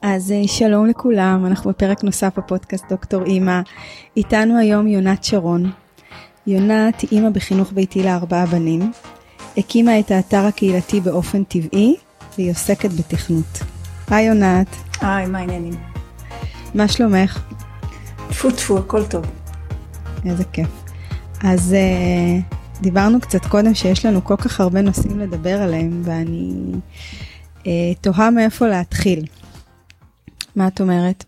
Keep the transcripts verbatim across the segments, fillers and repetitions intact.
אז שלום לכולם, אנחנו בפרק נוסף בפודקאסט דוקטור אימא. איתנו היום יונת שרון. יונת היא אימא בחינוך ביתי לארבעה בנים. הקימה את האתר הקהילתי באופן טבעי, והיא עוסקת בתכנות. היי יונת. היי, מה העניינים? מה שלומך? טפו טפו, הכל טוב. איזה כיף. אז uh, דיברנו קצת קודם שיש לנו כל כך הרבה נושאים לדבר עליהם, ואני uh, תוהה מאיפה להתחיל. מה את אומרת?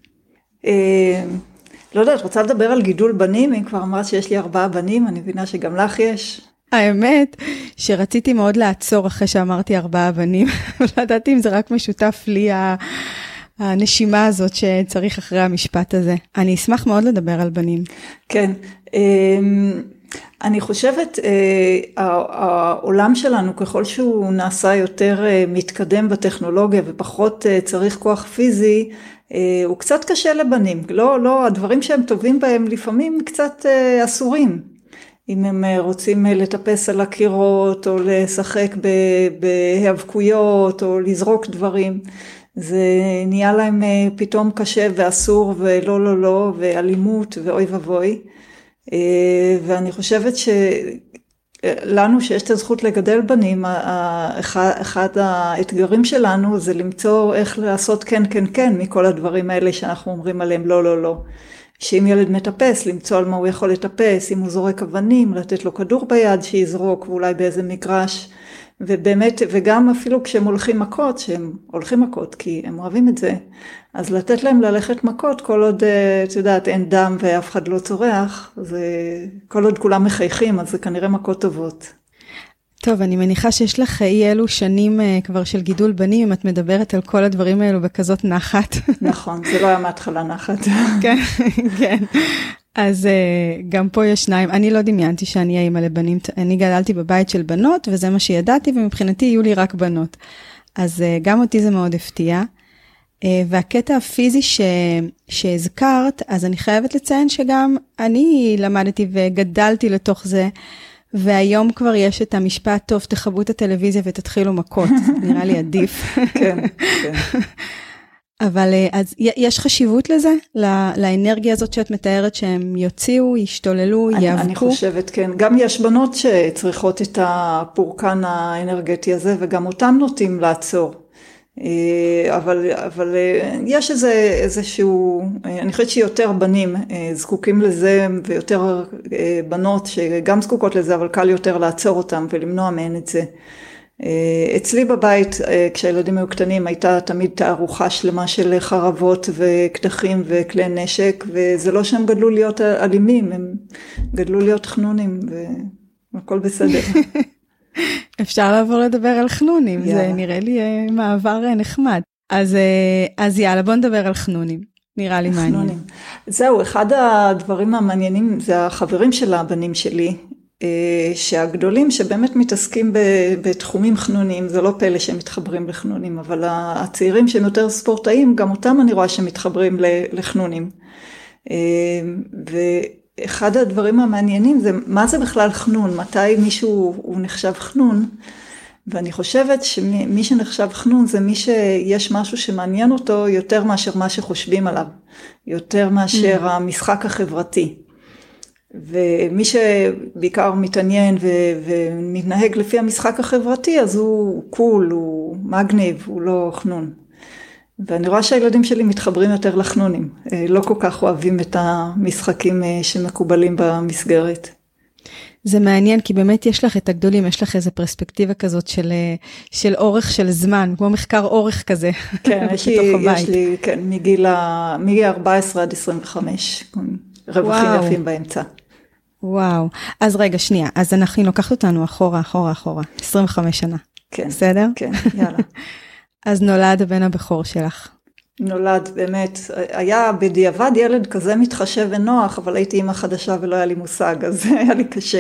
לא יודעת, רוצה לדבר על גידול בנים, אם כבר אמרת שיש לי ארבעה בנים, אני מבינה שגם לך יש. האמת שרציתי מאוד לעצור אחרי שאמרתי ארבעה בנים, לא ידעתי אם זה רק משותף לי הנשימה הזאת שצריך אחרי המשפט הזה. אני אשמח מאוד לדבר על בנים. כן, אני חושבת, העולם שלנו ככל שהוא נעשה יותר מתקדם בטכנולוגיה ופחות צריך כוח פיזי, הוא קצת קשה לבנים. לא, לא, הדברים שהם טובים בהם לפעמים קצת אסורים. אם הם רוצים לטפס על הקירות או לשחק בהיאבקויות או לזרוק דברים, זה נהיה להם פתאום קשה ואסור ולא לא לא ואלימות ואוי ובוי. ואני חושבת שלנו שיש את הזכות לגדל בנים, אחד האתגרים שלנו זה למצוא איך לעשות כן כן כן מכל הדברים האלה שאנחנו אומרים עליהם לא לא לא. שאם ילד מטפס, למצוא על מה הוא יכול לטפס, אם הוא זורק אבנים, לתת לו כדור ביד שיזרוק ואולי באיזה מגרש. ובאמת, וגם אפילו כשהם הולכים מכות, שהם הולכים מכות כי הם אוהבים את זה, אז לתת להם ללכת מכות כל עוד, את יודעת, אין דם ואף אחד לא צורח, זה, כל עוד כולם מחייכים, אז זה כנראה מכות טובות. טוב, אני מניחה שיש לך אי אלו שנים כבר של גידול בנים, אם את מדברת על כל הדברים האלו בכזאת נחת. נכון, זה לא היה מההתחלה נחת. כן, כן. אז גם פה יש שניים, אני לא דמיינתי שאני אהיה אימא לבנים, אני גדלתי בבית של בנות, וזה מה שידעתי, ומבחינתי יהיו לי רק בנות. אז גם אותי זה מאוד הפתיע. והקטע הפיזי ש... שהזכרת, אז אני חייבת לציין שגם אני למדתי וגדלתי לתוך זה, והיום כבר יש את המשפט, טוב, תחבו את הטלוויזיה ותתחילו מכות, נראה לי עדיף. כן, כן. אבל אז יש חשיבות לזה, לאנרגיה הזאת שאת מתארת שהם יוציאו, ישתוללו, יאבקו? אני חושבת, כן. גם יש בנות שצריכות את הפורקן האנרגטי הזה, וגם אותם נוטים לעצור. אבל, אבל יש איזה, איזשהו, אני חושבת שיותר בנים זקוקים לזה, ויותר בנות שגם זקוקות לזה, אבל קל יותר לעצור אותם ולמנוע מהן את זה. אצלי בבית, כשהילדים היו קטנים, הייתה תמיד תערוכה שלמה של חרבות וקדחים וכלי נשק, וזה לא שהם גדלו להיות אלימים, הם גדלו להיות חנונים, והכל בסדר. אפשר לעבור לדבר על חנונים, יאללה. זה נראה לי מעבר נחמד. אז, אז יאללה, בוא נדבר על חנונים. נראה לי חנונים. מעניין. זהו, אחד הדברים המעניינים, זה החברים של הבנים שלי, שהגדולים שבאמת מתעסקים בתחומים חנונים, זה לא פלא שהם מתחברים לחנונים, אבל הצעירים שהם יותר ספורטאים, גם אותם אני רואה שהם מתחברים לחנונים. ואחד הדברים המעניינים זה, מה זה בכלל חנון? מתי מישהו הוא נחשב חנון? ואני חושבת שמי שנחשב חנון זה מי שיש משהו שמעניין אותו יותר מאשר מה שחושבים עליו, יותר מאשר המשחק החברתי. ומי שבעיקר מתעניין ו- ומתנהג לפי המשחק החברתי, אז הוא קול, הוא מגניב, הוא לא חנון. ואני רואה שהילדים שלי מתחברים יותר לחנונים, לא כל כך אוהבים את המשחקים שמקובלים במסגרת. זה מעניין, כי באמת יש לך את הגדולים, יש לך איזו פרספקטיבה כזאת של, של אורך של זמן, כמו מחקר אורך כזה. כן, יש לי, יש לי, כן, מגיל, מגיל ארבע עשרה עד עשרים וחמש, רווחים וואו. יפים באמצע. וואו, אז רגע, שנייה, אז אנחנו לוקחת אותנו אחורה, אחורה, אחורה, עשרים וחמש שנה. כן. בסדר? כן, יאללה. אז נולד הבן הבכור שלך. נולד, באמת, היה בדיעבד ילד כזה מתחשב ונוח, אבל הייתי אמא חדשה ולא היה לי מושג, אז היה לי קשה.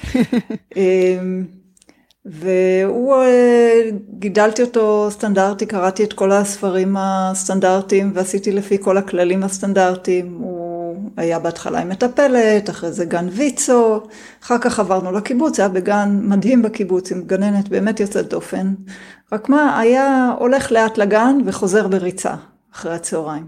והוא, גידלתי אותו סטנדרטי, קראתי את כל הספרים הסטנדרטיים, ועשיתי לפי כל הכללים הסטנדרטיים. הוא היה בהתחלה עם מטפלת, אחרי זה גן ויצו, אחר כך עברנו לקיבוץ, היה בגן מדהים בקיבוץ, עם גננת באמת יוצאת דופן. רק מה, היה הולך לאט לגן וחוזר בריצה. אחרי הצהריים.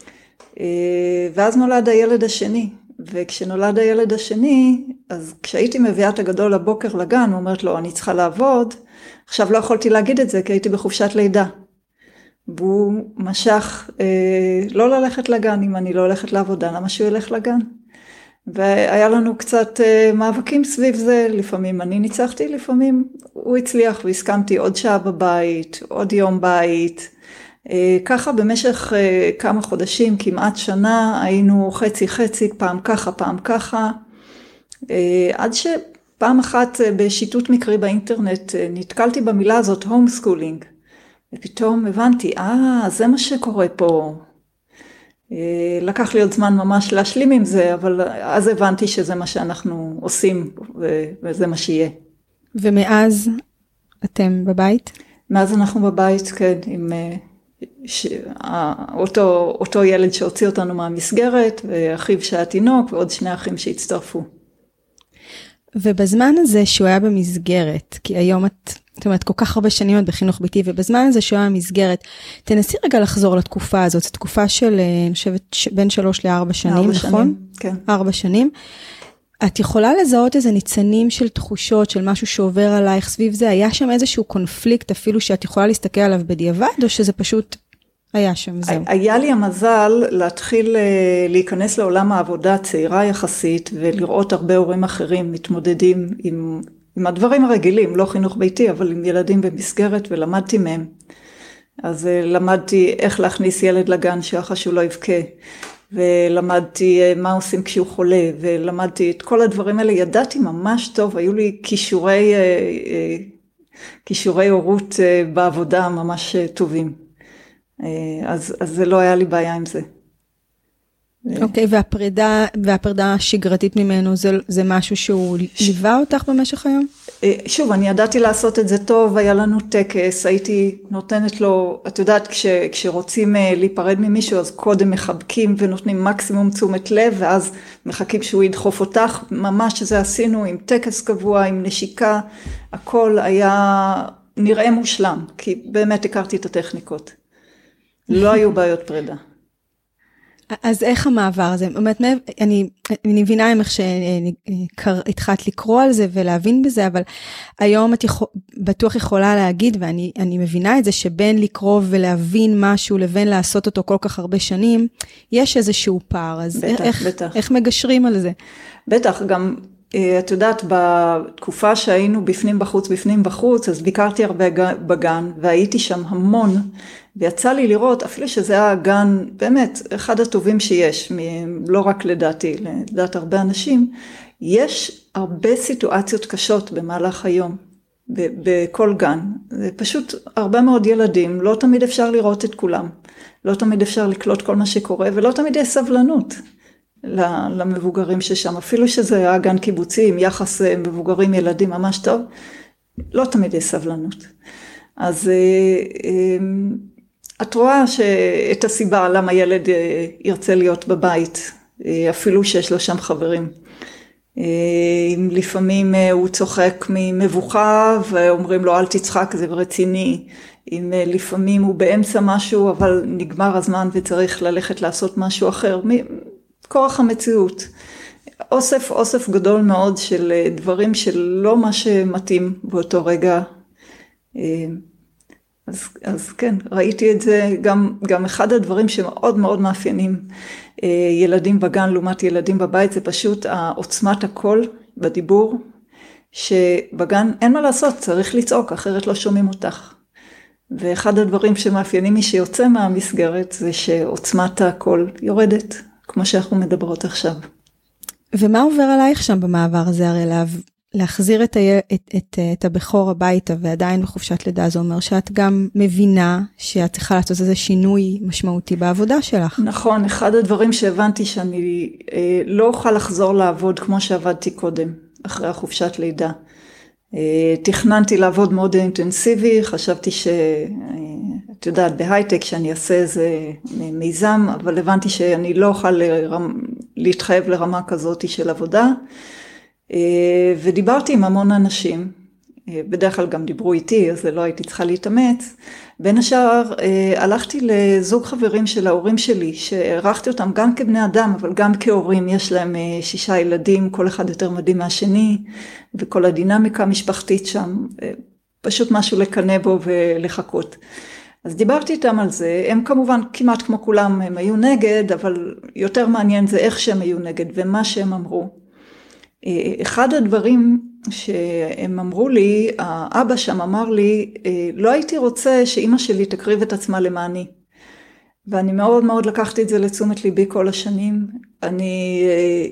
ואז נולד הילד השני, וכשנולד הילד השני, אז כשהייתי מביאה את הגדול לבוקר לגן, הוא אומרת לו, אני צריכה לעבוד, עכשיו לא יכולתי להגיד את זה, כי הייתי בחופשת לידה. והוא משך אה, לא ללכת לגן, אם אני לא הולכת לעבודה, למה שהוא ילך לגן? והיה לנו קצת אה, מאבקים סביב זה, לפעמים אני ניצחתי, לפעמים הוא הצליח, והסכמתי עוד שעה בבית, עוד יום בית, אה, ככה במשך אה, כמה חודשים, כמעט שנה, היינו חצי חצי, פעם ככה, פעם ככה, אה, עד שפעם אחת אה, בשיטוט מקרי באינטרנט, אה, נתקלתי במילה הזאת, הום סקולינג, ופתאום הבנתי, אה, זה מה שקורה פה. לקח לי עוד זמן ממש להשלים עם זה, אבל אז הבנתי שזה מה שאנחנו עושים, וזה מה שיהיה. ומאז אתם בבית? מאז אנחנו בבית, כן, עם ש... אותו, אותו ילד שהוציא אותנו מהמסגרת, ואחיו שהיה תינוק, ועוד שני אחים שהצטרפו. ובזמן הזה שהוא היה במסגרת, כי היום את, זאת אומרת, כל כך הרבה שנים את בחינוך ביתי, ובזמן הזה שהוא היה במסגרת, תנסי רגע לחזור לתקופה הזאת, זו תקופה של, אני חושבת, בין שלוש לארבע שנים, ארבע נכון? שנים, כן. ארבע שנים. את יכולה לזהות איזה ניצנים של תחושות, של משהו שעובר עלייך סביב זה? היה שם איזשהו קונפליקט, אפילו שאת יכולה להסתכל עליו בדיעבד, או שזה פשוט היה שם, זהו? היה לי המזל להתחיל להיכנס לעולם העבודה צעירה יחסית, ולראות הרבה הורים אחרים מתמודדים עם, עם הדברים הרגילים, לא חינוך ביתי, אבל עם ילדים במסגרת, ולמדתי מהם. אז למדתי איך להכניס ילד לגן שאחר שהוא לא יבכה, ולמדתי מה עושים כשהוא חולה, ולמדתי את כל הדברים האלה, ידעתי ממש טוב, היו לי כישורי, כישורי הורות בעבודה ממש טובים. אז, אז זה לא היה לי בעיה עם זה. אוקיי, והפרידה, והפרידה השגרתית ממנו, זה, זה משהו שהוא ליווה אותך במשך היום? שוב, אני ידעתי לעשות את זה טוב, היה לנו טקס, הייתי נותנת לו, את יודעת, כש, כשרוצים להיפרד ממישהו, אז קודם מחבקים ונותנים מקסימום תשומת לב, ואז מחכים שהוא ידחוף אותך, ממש שזה עשינו עם טקס קבוע, עם נשיקה, הכל היה נראה מושלם, כי באמת הכרתי את הטכניקות. לא היו בעיות פרידה. אז איך המעבר הזה? באמת, אני, אני מבינה איך שהתחלת לקרוא על זה ולהבין בזה, אבל היום את יכול, בטוח יכולה להגיד, ואני אני מבינה את זה, שבין לקרוא ולהבין משהו לבין לעשות אותו כל כך הרבה שנים, יש איזשהו פער. אז בטח, איך, בטח. איך מגשרים על זה? בטח, גם את יודעת, בתקופה שהיינו בפנים בחוץ, בפנים בחוץ, אז ביקרתי הרבה בגן, והייתי שם המון, ויצא לי לראות, אפילו שזה היה גן, באמת, אחד הטובים שיש, לא רק לדעתי, לדעת הרבה אנשים, יש הרבה סיטואציות קשות במהלך היום, בכל גן. זה פשוט הרבה מאוד ילדים, לא תמיד אפשר לראות את כולם, לא תמיד אפשר לקלוט כל מה שקורה, ולא תמיד יש סבלנות למבוגרים ששם, אפילו שזה היה גן קיבוצי, עם יחס מבוגרים ילדים ממש טוב, לא תמיד יש סבלנות. אז את רואה שאת הסיבה למה ילד ירצה להיות בבית, אפילו שיש לו שם חברים. לפעמים הוא צוחק ממבוכה ואומרים לו אל תצחק, זה רציני. אם לפעמים הוא באמצע משהו אבל נגמר הזמן וצריך ללכת לעשות משהו אחר. כורח המציאות. אוסף, אוסף גדול מאוד של דברים שלא מה שמתאים באותו רגע. אז, אז כן, ראיתי את זה, גם, גם אחד הדברים שמאוד מאוד מאפיינים ילדים בגן לעומת ילדים בבית, זה פשוט העוצמת הקול בדיבור, שבגן אין מה לעשות, צריך לצעוק, אחרת לא שומעים אותך. ואחד הדברים שמאפיינים מי שיוצא מהמסגרת, זה שעוצמת הקול יורדת, כמו שאנחנו מדברות עכשיו. ומה עובר עלייך שם במעבר הזה, הרי לה, להחזיר את, ה, את, את, את הבכור הביתה ועדיין בחופשת לידה, זה אומר שאת גם מבינה שאת צריכה לעשות איזה שינוי משמעותי בעבודה שלך. נכון, אחד הדברים שהבנתי שאני אה, לא אוכל לחזור לעבוד כמו שעבדתי קודם, אחרי החופשת לידה. אה, תכננתי לעבוד מאוד אינטנסיבי, חשבתי ש... את יודעת, בהייטק שאני אעשה איזה מיזם, אבל הבנתי שאני לא אוכל לרמ... להתחייב לרמה כזאת של עבודה, ודיברתי עם המון אנשים, בדרך כלל גם דיברו איתי, אז לא הייתי צריכה להתאמץ. בין השאר, הלכתי לזוג חברים של ההורים שלי, שערכתי אותם גם כבני אדם, אבל גם כהורים. יש להם שישה ילדים, כל אחד יותר מדהים מהשני, וכל הדינמיקה המשפחתית שם, פשוט משהו לקנא בו ולחכות. אז דיברתי איתם על זה, הם כמובן כמעט כמו כולם, הם היו נגד, אבל יותר מעניין זה איך שהם היו נגד ומה שהם אמרו. אחד הדברים שהם אמרו לי, האבא שם אמר לי, לא הייתי רוצה שאמא שלי תקריב את עצמה למעני. ואני מאוד מאוד לקחתי את זה לתשומת ליבי כל השנים. אני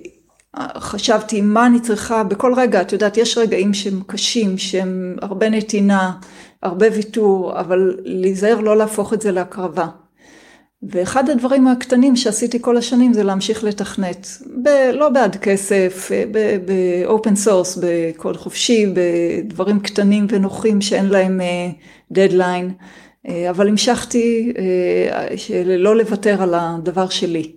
חשבתי מה אני צריכה, בכל רגע, את יודעת, יש רגעים שהם קשים, שהם הרבה נתינה, הרבה ויתור, אבל להיזהר לא להפוך את זה להקרבה. ואחד הדברים הקטנים שעשיתי כל השנים זה להמשיך לתכנת, ב- לא בעד כסף, באופן סורס, בקוד חופשי, בדברים קטנים ונוחים שאין להם דדליין, אבל המשכתי לא לוותר על הדבר שלי.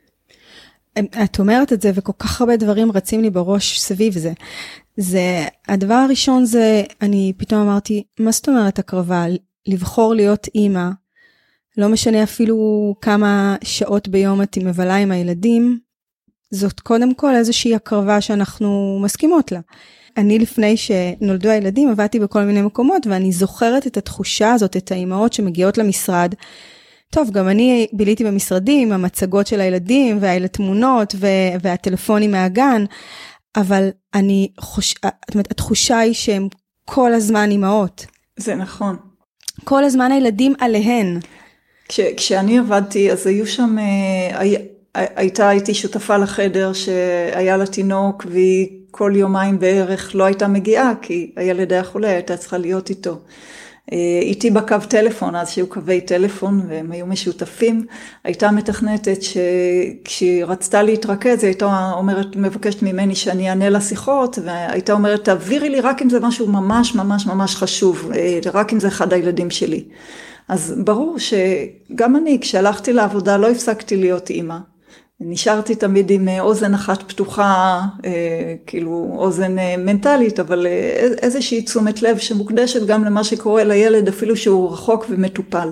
את אומרת את זה וכל כך הרבה דברים רצים לי בראש סביב זה. זה, הדבר הראשון זה, אני פתאום אמרתי, מה זאת אומרת הקרבה? לבחור להיות אימא, לא משנה אפילו כמה שעות ביום את מבלה עם הילדים, זאת קודם כל איזושהי הקרבה שאנחנו מסכימות לה. אני לפני שנולדו הילדים עבדתי בכל מיני מקומות, ואני זוכרת את התחושה הזאת, את האימהות שמגיעות למשרד. טוב, גם אני ביליתי במשרדים, המצגות של הילדים, והתמונות, והטלפונים מהגן, אבל אני חוש... התחושה היא שהם כל הזמן אימהות. זה נכון. כל הזמן הילדים עליהן. כש, כשאני עבדתי, אז היו שם, הי, הייתה, הייתי שותפה לחדר שהיה לה תינוק, והיא כל יומיים בערך לא הייתה מגיעה, כי הילד היה חולה, הייתה צריכה להיות איתו. איתי בקו טלפון, אז שהיו קווי טלפון, והם היו משותפים. הייתה מתכנתת שכשהיא רצתה להתרכז, היא הייתה אומרת, מבקשת ממני שאני אענה לשיחות, והייתה אומרת, תעבירי לי רק אם זה משהו ממש ממש ממש חשוב, רק אם זה אחד הילדים שלי. אז ברור שגם אני, כשהלכתי לעבודה, לא הפסקתי להיות אימא. נשארתי תמיד עם אוזן אחת פתוחה, כאילו אוזן מנטלית, אבל איזושהי תשומת לב שמוקדשת גם למה שקורה לילד, אפילו שהוא רחוק ומטופל.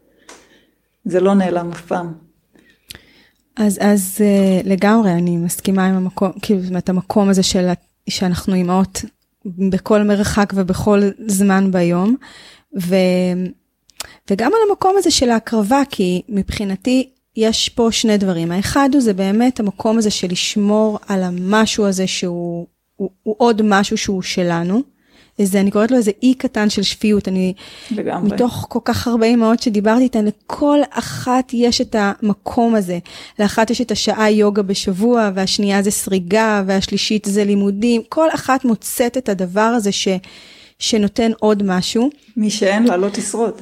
זה לא נעלם אף פעם. אז, אז לגמרי, אני מסכימה עם המקום, כאילו, זאת אומרת, המקום הזה של, שאנחנו אימהות בכל מרחק ובכל זמן ביום, ו... וגם על המקום הזה של ההקרבה, כי מבחינתי יש פה שני דברים. האחד הוא זה באמת המקום הזה של לשמור על המשהו הזה שהוא הוא, הוא עוד משהו שהוא שלנו. איזה, אני קוראת לו איזה אי קטן של שפיות. אני, לגמרי. מתוך כל כך הרבה אמהות שדיברתי איתן, לכל אחת יש את המקום הזה. לאחת יש את השעה יוגה בשבוע, והשנייה זה סריגה, והשלישית זה לימודים. כל אחת מוצאת את הדבר הזה ש, שנותן עוד משהו. מי שאין לה לא תשרוד.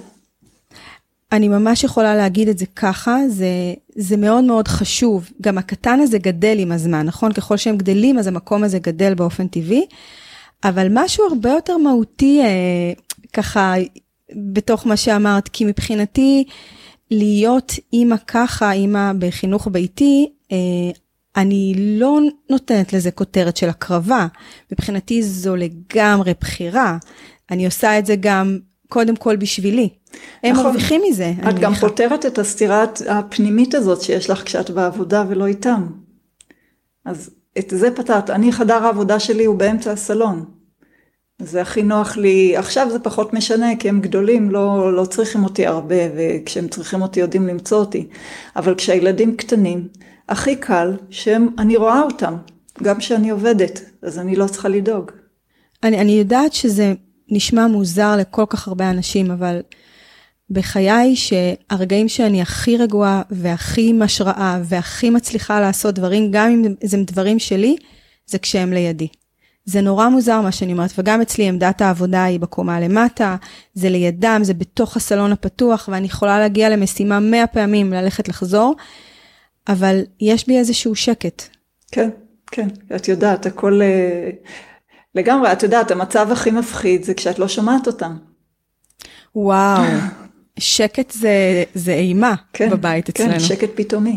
אני ממש יכולה להגיד את זה ככה, זה, זה מאוד מאוד חשוב. גם הקטן הזה גדל עם הזמן, נכון? ככל שהם גדלים, אז המקום הזה גדל באופן טבעי. אבל משהו הרבה יותר מהותי, אה, ככה, בתוך מה שאמרת, כי מבחינתי, להיות אימא ככה, אימא בחינוך ביתי, אה, אני לא נותנת לזה כותרת של הקרבה. מבחינתי זו לגמרי בחירה. אני עושה את זה גם קודם כל בשבילי. הם נכון. מרוויחים מזה. את גם פותרת את הסתירה הפנימית הזאת שיש לך כשאת בעבודה ולא איתם. אז את זה פתרת. אני, חדר העבודה שלי הוא באמצע הסלון. זה הכי נוח לי. עכשיו זה פחות משנה, כי הם גדולים, לא, לא צריכים אותי הרבה, וכשהם צריכים אותי יודעים למצוא אותי. אבל כשהילדים קטנים, הכי קל שאני רואה אותם, גם כשאני עובדת, אז אני לא צריכה לדאוג. אני, אני יודעת שזה נשמע מוזר לכל כך הרבה אנשים, אבל בחיי שהרגעים שאני הכי רגועה והכי משרעה והכי מצליחה לעשות דברים, גם אם זה דברים שלי, זה כשהם לידי. זה נורא מוזר מה שאני אומרת, וגם אצלי עמדת העבודה היא בקומה למטה, זה לידם, זה בתוך הסלון הפתוח, ואני יכולה להגיע למשימה מאה פעמים ללכת לחזור, אבל יש בי איזשהו שקט. כן, כן, את יודעת, הכל לגמרי, את יודעת, המצב הכי מפחיד זה כשאת לא שומעת אותם. וואו. שקט זה, זה אימה כן, בבית אצלנו. כן, שקט פתאומי.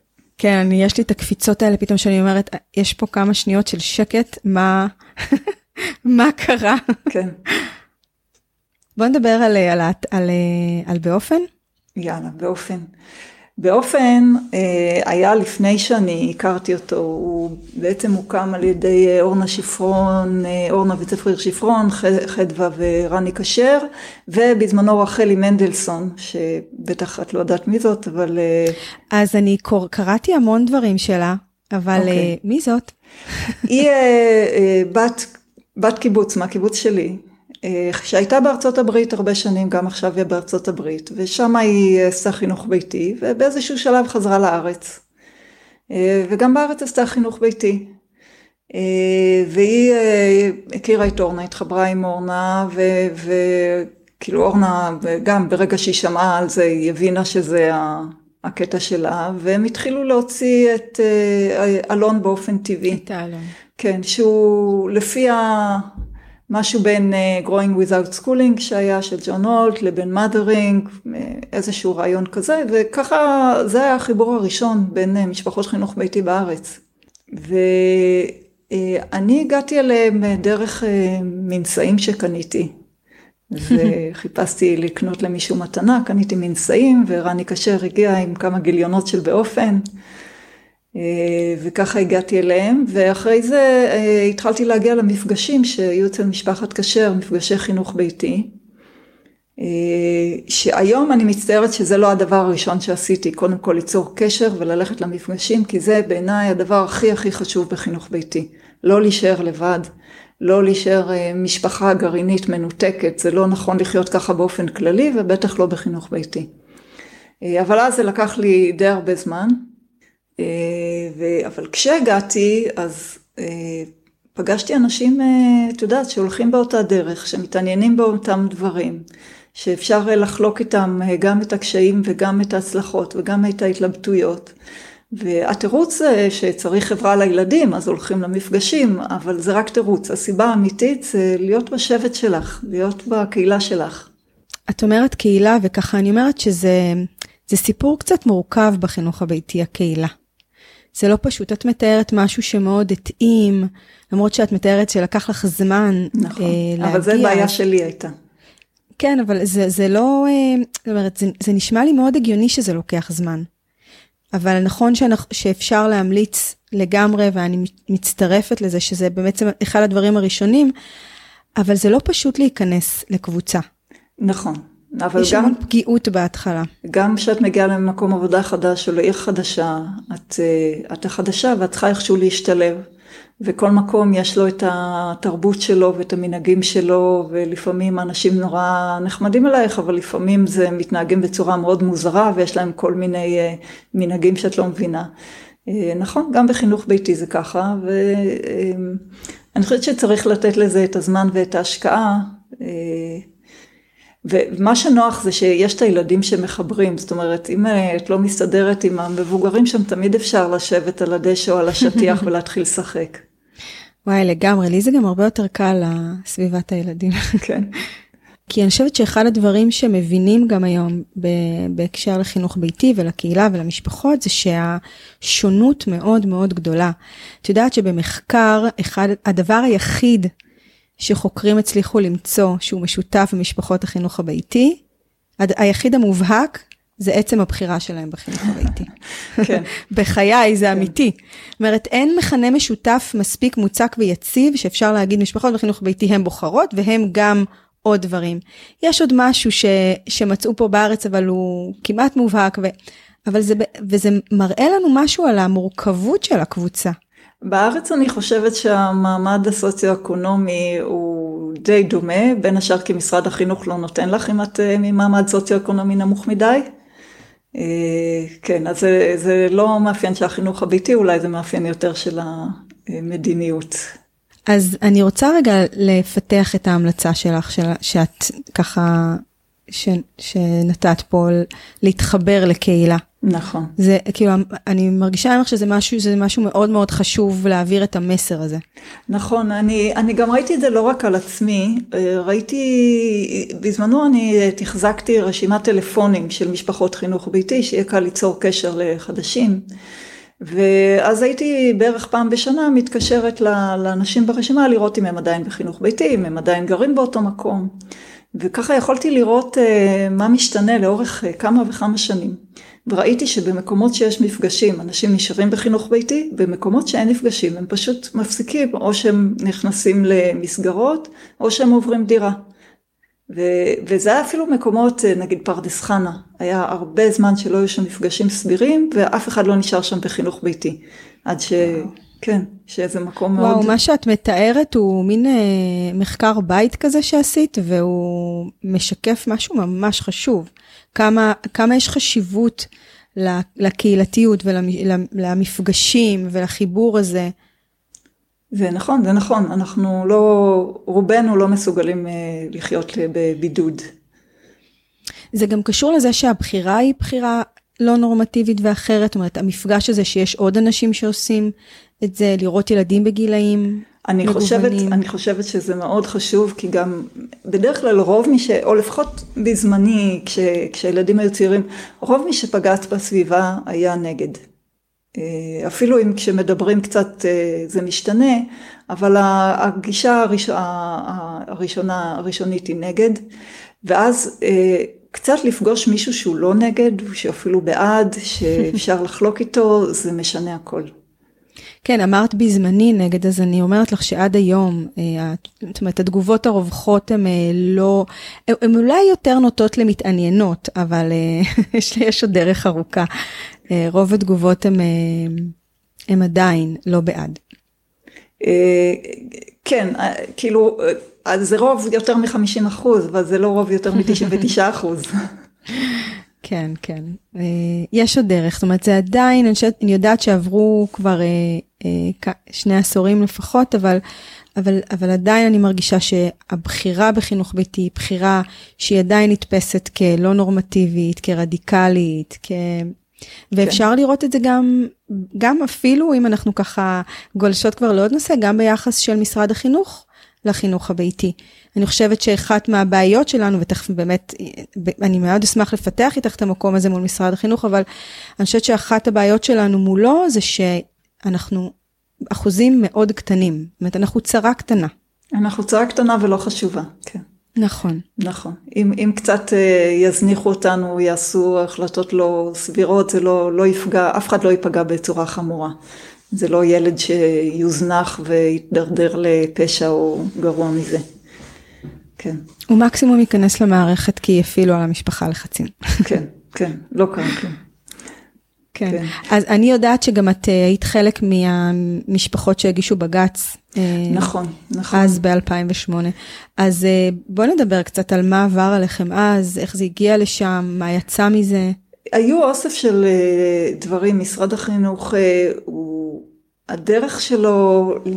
כן, אני, יש לי את הקפיצות האלה פתאום שאני אומרת, יש פה כמה שניות של שקט, מה, מה קרה? כן. בוא נדבר על, על, על, על, על באופן. יאללה, באופן. באופן היה לפני שאני הכרתי אותו, הוא בעצם הוקם על ידי אורנה שפרון, אורנה וצפריר שפרון, חדווה ורני כשר, ובזמנו רחלי מנדלסון, שבטח את לא יודעת מי זאת, אבל... אז אני קראתי המון דברים שלה, אבל okay. מי זאת? היא בת, בת קיבוץ, מהקיבוץ שלי. שהייתה בארצות הברית הרבה שנים, גם עכשיו היא בארצות הברית, ושם היא עשתה חינוך ביתי, ובאיזשהו שלב חזרה לארץ. וגם בארץ עשתה חינוך ביתי. והיא הכירה את אורנה, התחברה עם אורנה, וכאילו אורנה, גם ברגע שהיא שמעה על זה, היא הבינה שזה הקטע שלה, והם התחילו להוציא את אלון באופן טבעי. את האלון. כן, שהוא לפי ה... משהו בין uh, Growing Without Schooling שהיה של ג'ון הולט לבין Mothering, איזשהו רעיון כזה, וככה זה היה החיבור הראשון בין uh, משפחות חינוך ביתי בארץ. ואני uh, הגעתי אליהם דרך uh, מנסאים שקניתי. וחיפשתי לקנות למישהו מתנה, קניתי מנסאים, ורני כשר הגיע עם כמה גיליונות של באופן. וככה הגעתי אליהם, ואחרי זה התחלתי להגיע למפגשים שהיו אצל משפחת כשר, מפגשי חינוך ביתי, שהיום אני מצטערת שזה לא הדבר הראשון שעשיתי, קודם כל ליצור קשר וללכת למפגשים, כי זה בעיניי הדבר הכי הכי חשוב בחינוך ביתי, לא להישאר לבד, לא להישאר משפחה גרעינית מנותקת, זה לא נכון לחיות ככה באופן כללי, ובטח לא בחינוך ביתי. אבל אז זה לקח לי די הרבה זמן, אבל כשהגעתי, אז פגשתי אנשים, את יודעת, שהולכים באותה דרך, שמתעניינים באותם דברים, שאפשר לחלוק איתם גם את הקשיים וגם את ההצלחות וגם את ההתלבטויות. והתירוץ זה שצריך חברה לילדים, אז הולכים למפגשים, אבל זה רק תירוץ. הסיבה האמיתית זה להיות בשבט שלך, להיות בקהילה שלך. את אומרת קהילה, וככה אני אומרת שזה זה סיפור קצת מורכב בחינוך הביתי, הקהילה. זה לא פשוט, את מתארת משהו שמאוד התאים, למרות שאת מתארת שלקח לך זמן נכון, אה, להגיע. אבל זה בעיה שלי הייתה. כן, אבל זה, זה לא, אה, זאת אומרת, זה, זה נשמע לי מאוד הגיוני שזה לוקח זמן. אבל נכון שאנחנו, שאפשר להמליץ לגמרי, ואני מצטרפת לזה, שזה באמת אחד הדברים הראשונים, אבל זה לא פשוט להיכנס לקבוצה. נכון. אבל יש גם, המון פגיעות בהתחלה. גם כשאת מגיעה למקום עבודה חדש או לעיר חדשה, את, את החדשה ואת צריכה איכשהו להשתלב, וכל מקום יש לו את התרבות שלו ואת המנהגים שלו, ולפעמים אנשים נורא נחמדים אלייך, אבל לפעמים זה מתנהגים בצורה מאוד מוזרה, ויש להם כל מיני מנהגים שאת לא מבינה. נכון, גם בחינוך ביתי זה ככה, ואני חושבת שצריך לתת לזה את הזמן ואת ההשקעה, ומה שנוח זה שיש את הילדים שמחברים, זאת אומרת, אם את לא מסתדרת עם המבוגרים שם, תמיד אפשר לשבת על הדשא או על השטיח ולהתחיל לשחק. וואי, לגמרי, לי זה גם הרבה יותר קל לסביבת הילדים. כן. כי אני חושבת שאחד הדברים שמבינים גם היום בהקשר לחינוך ביתי ולקהילה ולמשפחות, זה שהשונות מאוד מאוד גדולה. את יודעת שבמחקר, אחד, הדבר היחיד שחוקרים הצליחו למצוא שהוא משותף במשפחות החינוך הביתי, היחיד המובהק זה עצם הבחירה שלהם בחינוך הביתי. כן. בחיי זה אמיתי. זאת אומרת, אין מכנה משותף מספיק מוצק ויציב, שאפשר להגיד משפחות בחינוך ביתי הם בוחרות, והם גם עוד דברים. יש עוד משהו ש, שמצאו פה בארץ, אבל הוא כמעט מובהק, ו, אבל זה, וזה מראה לנו משהו על המורכבות של הקבוצה. בארץ אני חושבת שהמעמד הסוציו-אקונומי הוא די דומה, בין השאר כי משרד החינוך לא נותן לך אם את ממעמד סוציו-אקונומי נמוך מדי. כן, אז זה, זה לא מאפיין של החינוך הביתי, אולי זה מאפיין יותר של המדיניות. אז אני רוצה רגע לפתח את ההמלצה שלך, של, שאת ככה, ש, שנתת פה להתחבר לקהילה. נכון. זה כאילו, אני מרגישה ממך שזה משהו, זה משהו מאוד מאוד חשוב להעביר את המסר הזה. נכון, אני, אני גם ראיתי את זה לא רק על עצמי, ראיתי, בזמנו אני תחזקתי רשימת טלפונים של משפחות חינוך ביתי, שיהיה קל ליצור קשר לחדשים, ואז הייתי בערך פעם בשנה מתקשרת לאנשים ברשימה לראות אם הם עדיין בחינוך ביתי, אם הם עדיין גרים באותו מקום. וככה יכולתי לראות מה משתנה לאורך כמה וכמה שנים. וראיתי שבמקומות שיש מפגשים, אנשים נשארים בחינוך ביתי, במקומות שאין מפגשים, הם פשוט מפסיקים, או שהם נכנסים למסגרות, או שהם עוברים דירה. ו- וזה היה אפילו מקומות, נגיד פרדס חנה, היה הרבה זמן שלא היו שם מפגשים סבירים, ואף אחד לא נשאר שם בחינוך ביתי. עד ש... כן, שזה מקום וואו, מאוד... וואו, מה שאת מתארת הוא מין אה, מחקר בית כזה שעשית, והוא משקף משהו ממש חשוב. כמה, כמה יש חשיבות לקהילתיות ולמפגשים ולחיבור הזה. זה נכון, זה נכון. אנחנו לא, רובנו לא מסוגלים לחיות בבידוד. זה גם קשור לזה שהבחירה היא בחירה לא נורמטיבית ואחרת. זאת אומרת, המפגש הזה שיש עוד אנשים שעושים את זה, לראות ילדים בגילאים אני חושבת, אני חושבת שזה מאוד חשוב, כי גם בדרך כלל רוב מי ש... או לפחות בזמני, כש, כשילדים היו צעירים, רוב מי שפגעת בסביבה היה נגד. אפילו אם כשמדברים קצת זה משתנה, אבל הגישה הראש... הראשונה, הראשונית היא נגד, ואז קצת לפגוש מישהו שהוא לא נגד, שאפילו בעד, שאפשר לחלוק איתו, זה משנה הכל. כן, אמרת בזמני נגד, אז אני אומרת לך שעד היום, זאת אומרת, התגובות הרווחות הן לא, הן אולי יותר נוטות למתעניינות, אבל יש, יש עוד דרך ארוכה. רוב התגובות הן, הן עדיין לא בעד. כן, כאילו, זה רוב יותר מ-חמישים אחוז, אבל זה לא רוב יותר מ-תשעים ותשעה אחוז. כן, כן. יש עוד דרך, זאת אומרת, זה עדיין, אני, חושבת, אני יודעת שעברו כבר שני עשורים לפחות, אבל, אבל, אבל עדיין אני מרגישה שהבחירה בחינוך ביתי היא בחירה שהיא עדיין נתפסת כלא נורמטיבית, כרדיקלית, כ... ואפשר כן. לראות את זה גם, גם אפילו אם אנחנו ככה גולשות כבר לעוד נושא, גם ביחס של משרד החינוך לחינוך הביתי. אני חושבת שאחת מהבעיות שלנו, ותכף באמת, אני מאוד אשמח לפתח איתך את המקום הזה מול משרד החינוך, אבל אני חושבת שאחת הבעיות שלנו מולו, זה שאנחנו אחוזים מאוד קטנים. זאת אומרת, אנחנו צרה קטנה. אנחנו צרה קטנה ולא חשובה, כן. נכון. נכון. אם, אם קצת יזניחו אותנו, יעשו החלטות לא סבירות, זה לא, לא יפגע, אף אחד לא ייפגע בצורה חמורה. זה לא ילד שיוזנח ויתדרדר לפשע או גרוע מזה. כן. ומקסימום ייכנס למערכת כי יפעילו על המשפחה לחצים. כן, כן, לא קרה כלום. כן. כן. אז אני יודעת שגם את היית חלק מהמשפחות שהגישו בגץ. נכון, נכון. אז ב-אלפיים ושמונה. אז בוא נדבר קצת על מה עבר עליכם אז, איך זה הגיע לשם, מה יצא מזה. היו אוסף של דברים, משרד החינוך, הוא, הדרך שלו ל...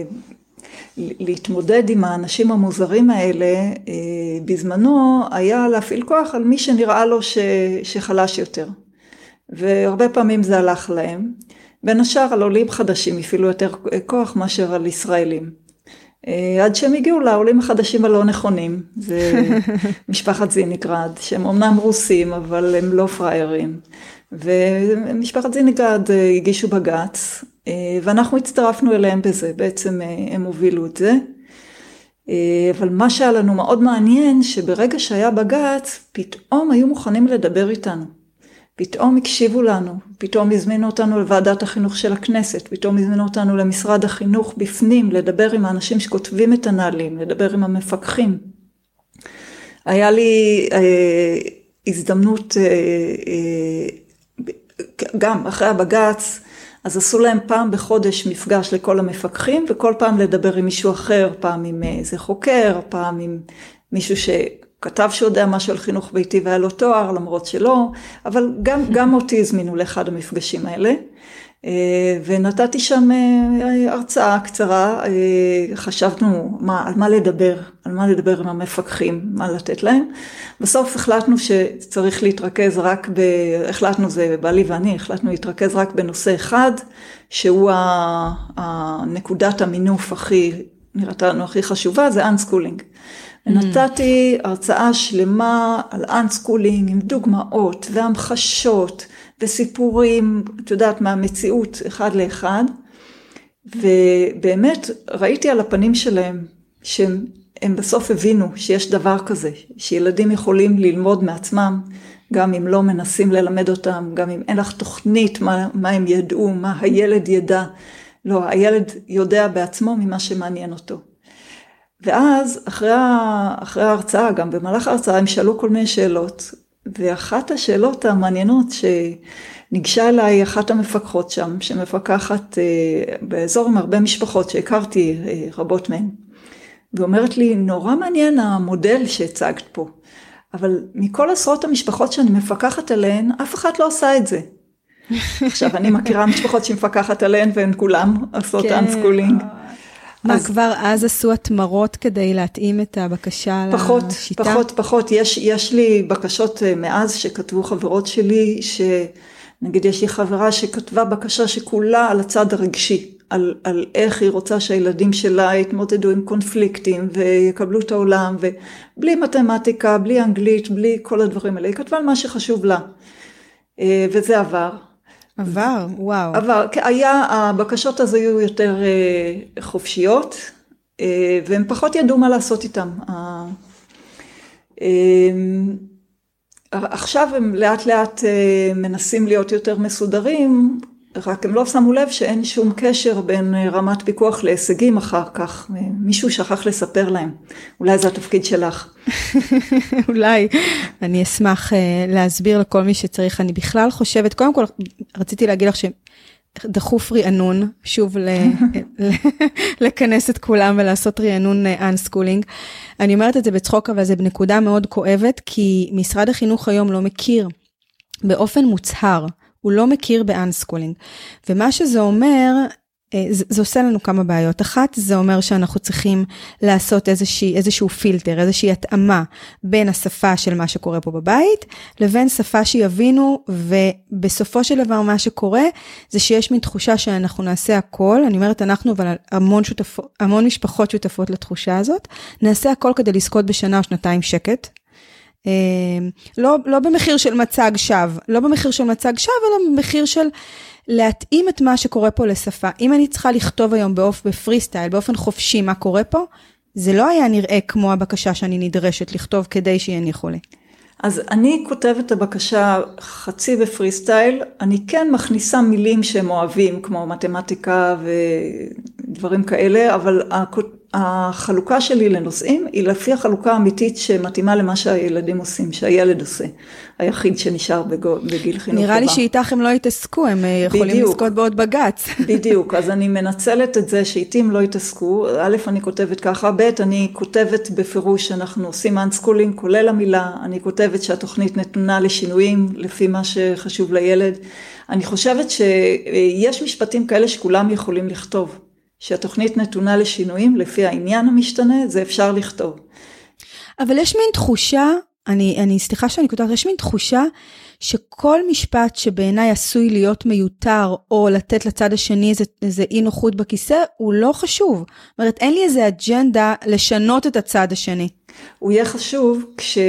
להתמודד עם האנשים המוזרים האלה, בזמנו היה להפעיל כוח על מי שנראה לו ש... שחלש יותר. והרבה פעמים זה הלך להם. בין השאר על עולים חדשים, אפילו יותר כוח מאשר על ישראלים. עד שהם הגיעו לעולים החדשים הלא נכונים, זה משפחת זיניגרד, שהם אמנם רוסים, אבל הם לא פריירים. ומשפחת זיניגרד הגישו בגץ, ואנחנו הצטרפנו אליהם בזה, בעצם הם הובילו את זה. אבל מה שהיה לנו מאוד מעניין, שברגע שהיה בגץ, פתאום היו מוכנים לדבר איתנו. פתאום הקשיבו לנו, פתאום הזמינו אותנו לוועדת החינוך של הכנסת, פתאום הזמינו אותנו למשרד החינוך בפנים, לדבר עם האנשים שכותבים את הנהלים, לדבר עם המפקחים. היה לי אה, הזדמנות, אה, אה, גם אחרי הבגץ, אז עשו להם פעם בחודש מפגש לכל המפקחים, וכל פעם לדבר עם מישהו אחר, פעם עם איזה חוקר, פעם עם מישהו ש... כתב שיודע משהו על חינוך ביתי והיה לו תואר, למרות שלא, אבל גם, גם אותי הזמינו לאחד המפגשים האלה, ונתתי שם הרצאה קצרה, חשבנו מה, על מה לדבר, על מה לדבר עם המפקחים, מה לתת להם. בסוף החלטנו שצריך להתרכז רק, ב, החלטנו זה, בעלי ואני, החלטנו להתרכז רק בנושא אחד, שהוא הנקודת המינוף הכי, נראתה לנו הכי חשובה, זה unschooling. נתתי הרצאה שלמה על אנסקולינג עם דוגמאות והמחשות וסיפורים, את יודעת, מהמציאות אחד לאחד, ובאמת ראיתי על הפנים שלהם שהם הם בסוף הבינו שיש דבר כזה, שילדים יכולים ללמוד מעצמם, גם אם לא מנסים ללמד אותם, גם אם אין לך תוכנית מה, מה הם ידעו, מה הילד ידע. לא, הילד יודע בעצמו ממה שמעניין אותו. ואז אחרי, אחרי ההרצאה, גם במהלך ההרצאה, הם שאלו כל מיני שאלות, ואחת השאלות המעניינות שניגשה אליי אחת המפקחות שם, שמפקחת באזור עם הרבה משפחות שהכרתי רבות מהן, ואומרת לי, נורא מעניין המודל שהצגת פה, אבל מכל עשרות המשפחות שאני מפקחת עליהן, אף אחד לא עושה את זה. עכשיו, אני מכירה משפחות שמפקחת עליהן, והן כולם עושות אנסקולינג. מה, אז, כבר אז עשו התמרות כדי להתאים את הבקשה פחות, לשיטה? פחות, פחות. יש, יש לי בקשות מאז שכתבו חברות שלי, שנגיד יש לי חברה שכתבה בקשה שכולה על הצד הרגשי, על, על איך היא רוצה שהילדים שלה יתמודדו עם קונפליקטים ויקבלו את העולם, ובלי מתמטיקה, בלי אנגלית, בלי כל הדברים האלה. היא כתבה על מה שחשוב לה, וזה עבר. עבר, וואו. עבר, היה, הבקשות אז היו יותר חופשיות, והם פחות ידעו מה לעשות איתם. עכשיו הם לאט לאט מנסים להיות יותר מסודרים, רק הם לא שמו לב שאין שום קשר בין רמת פיקוח להישגים אחר כך. מישהו שכח לספר להם. אולי זה התפקיד שלך. אולי. אני אשמח להסביר לכל מי שצריך. אני בכלל חושבת, קודם כל רציתי להגיד לך שדחוף רענון, שוב לכנס את כולם ולעשות רענון אנסקולינג. אני אומרת את זה בצחוק, אבל זה בנקודה מאוד כואבת, כי משרד החינוך היום לא מכיר באופן מוצהר, הוא לא מכיר באנסקולינג, ומה שזה אומר, זה, זה עושה לנו כמה בעיות. אחת, זה אומר שאנחנו צריכים לעשות איזושהי, איזשהו פילטר, איזושהי התאמה בין השפה של מה שקורה פה בבית, לבין שפה שיבינו, ובסופו של דבר מה שקורה, זה שיש מין תחושה שאנחנו נעשה הכל, אני אומרת אנחנו, אבל המון, שותפות, המון משפחות שותפות לתחושה הזאת, נעשה הכל כדי לזכות בשנה או שנתיים שקט, לא, לא במחיר של מצג שווא, לא במחיר של מצג שווא, אלא במחיר של להתאים את מה שקורה פה לשפה. אם אני צריכה לכתוב היום באופ, בפרי סטייל, באופן חופשי מה קורה פה, זה לא היה נראה כמו הבקשה שאני נדרשת לכתוב כדי שיניחו לי. אז אני כותבת את הבקשה חצי בפרי סטייל, אני כן מכניסה מילים שהם אוהבים, כמו מתמטיקה ודברים כאלה, אבל החלוקה שלי לנושאים היא לפי החלוקה האמיתית שמתאימה למה שהילדים עושים, שהילד עושה, היחיד שנשאר בגיל חינוך חובה. נראה לי שאיתך הם לא יתעסקו, הם יכולים לזכות בעוד בגץ. בדיוק, אז אני מנצלת את זה שאיתי הם לא יתעסקו, א' אני כותבת ככה, ב' אני כותבת בפירוש שאנחנו עושים אנסקולינג, כולל המילה, אני כותבת שהתוכנית נתונה לשינויים לפי מה שחשוב לילד. אני חושבת שיש משפטים כאלה שכולם יכולים לכתוב. שהתוכנית נתונה לשינויים לפי העניין המשתנה, זה אפשר לכתוב. אבל יש מין תחושה, אני, אני סליחה שאני כותבת, יש מין תחושה שכל משפט שבעיניי עשוי להיות מיותר, או לתת לצד השני איזה, איזה אי נוחות בכיסא, הוא לא חשוב. זאת אומרת, אין לי איזה אג'נדה לשנות את הצד השני. הוא יהיה חשוב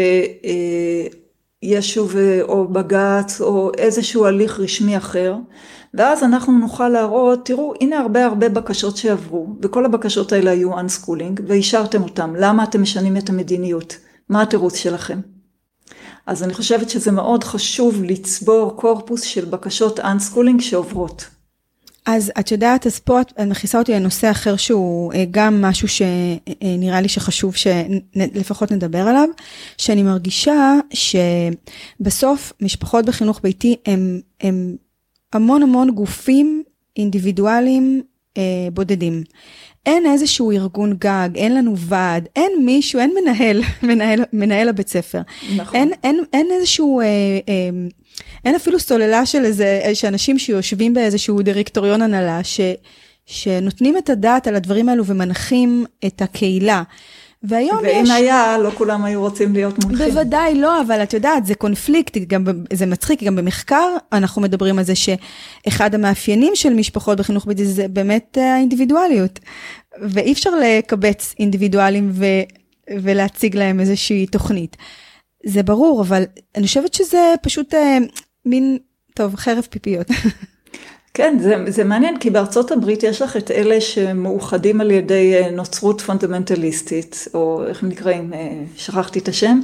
כשיש שוב או בגץ, או איזשהו הליך רשמי אחר, ואז אנחנו נוכל להראות, תראו, הנה הרבה הרבה בקשות שעברו, וכל הבקשות האלה היו אנסקולינג, ואישרתם אותם. למה אתם משנים את המדיניות? מה התירוץ שלכם? אז אני חושבת שזה מאוד חשוב לצבור קורפוס של בקשות אנסקולינג שעוברות. אז את יודעת, אז פה את מכניסה אותי לנושא אחר שהוא גם משהו שנראה לי שחשוב שלפחות נדבר עליו, שאני מרגישה שבסוף משפחות בחינוך ביתי הם, הם המון המון גופים אינדיבידואליים אה, בודדים. אין איזשהו ארגון גג, אין לנו ועד, אין מישהו, אין מנהל, מנהל, מנהל הבית ספר. נכון. אין, אין, אין איזשהו, אה, אה, אין אפילו סוללה של איזה, שאנשים שיושבים באיזשהו דירקטוריון הנהלה, ש, שנותנים את הדעת על הדברים האלו ומנחים את הקהילה. והיום ואם יש... היה, לא כולם היו רוצים להיות מונחים. בוודאי לא, אבל את יודעת, זה קונפליקט, גם, זה מצחיק, גם במחקר אנחנו מדברים על זה שאחד המאפיינים של משפחות בחינוך ביתי זה באמת האינדיבידואליות, ואי אפשר לקבץ אינדיבידואלים ו... ולהציג להם איזושהי תוכנית. זה ברור, אבל אני חושבת שזה פשוט אה, מין, טוב, חרב פיפיות. כן, זה, זה מעניין, כי בארצות הברית יש לך את אלה שמאוחדים על ידי נוצרות פונדמנטליסטית, או איך נקראים, שכחתי את השם,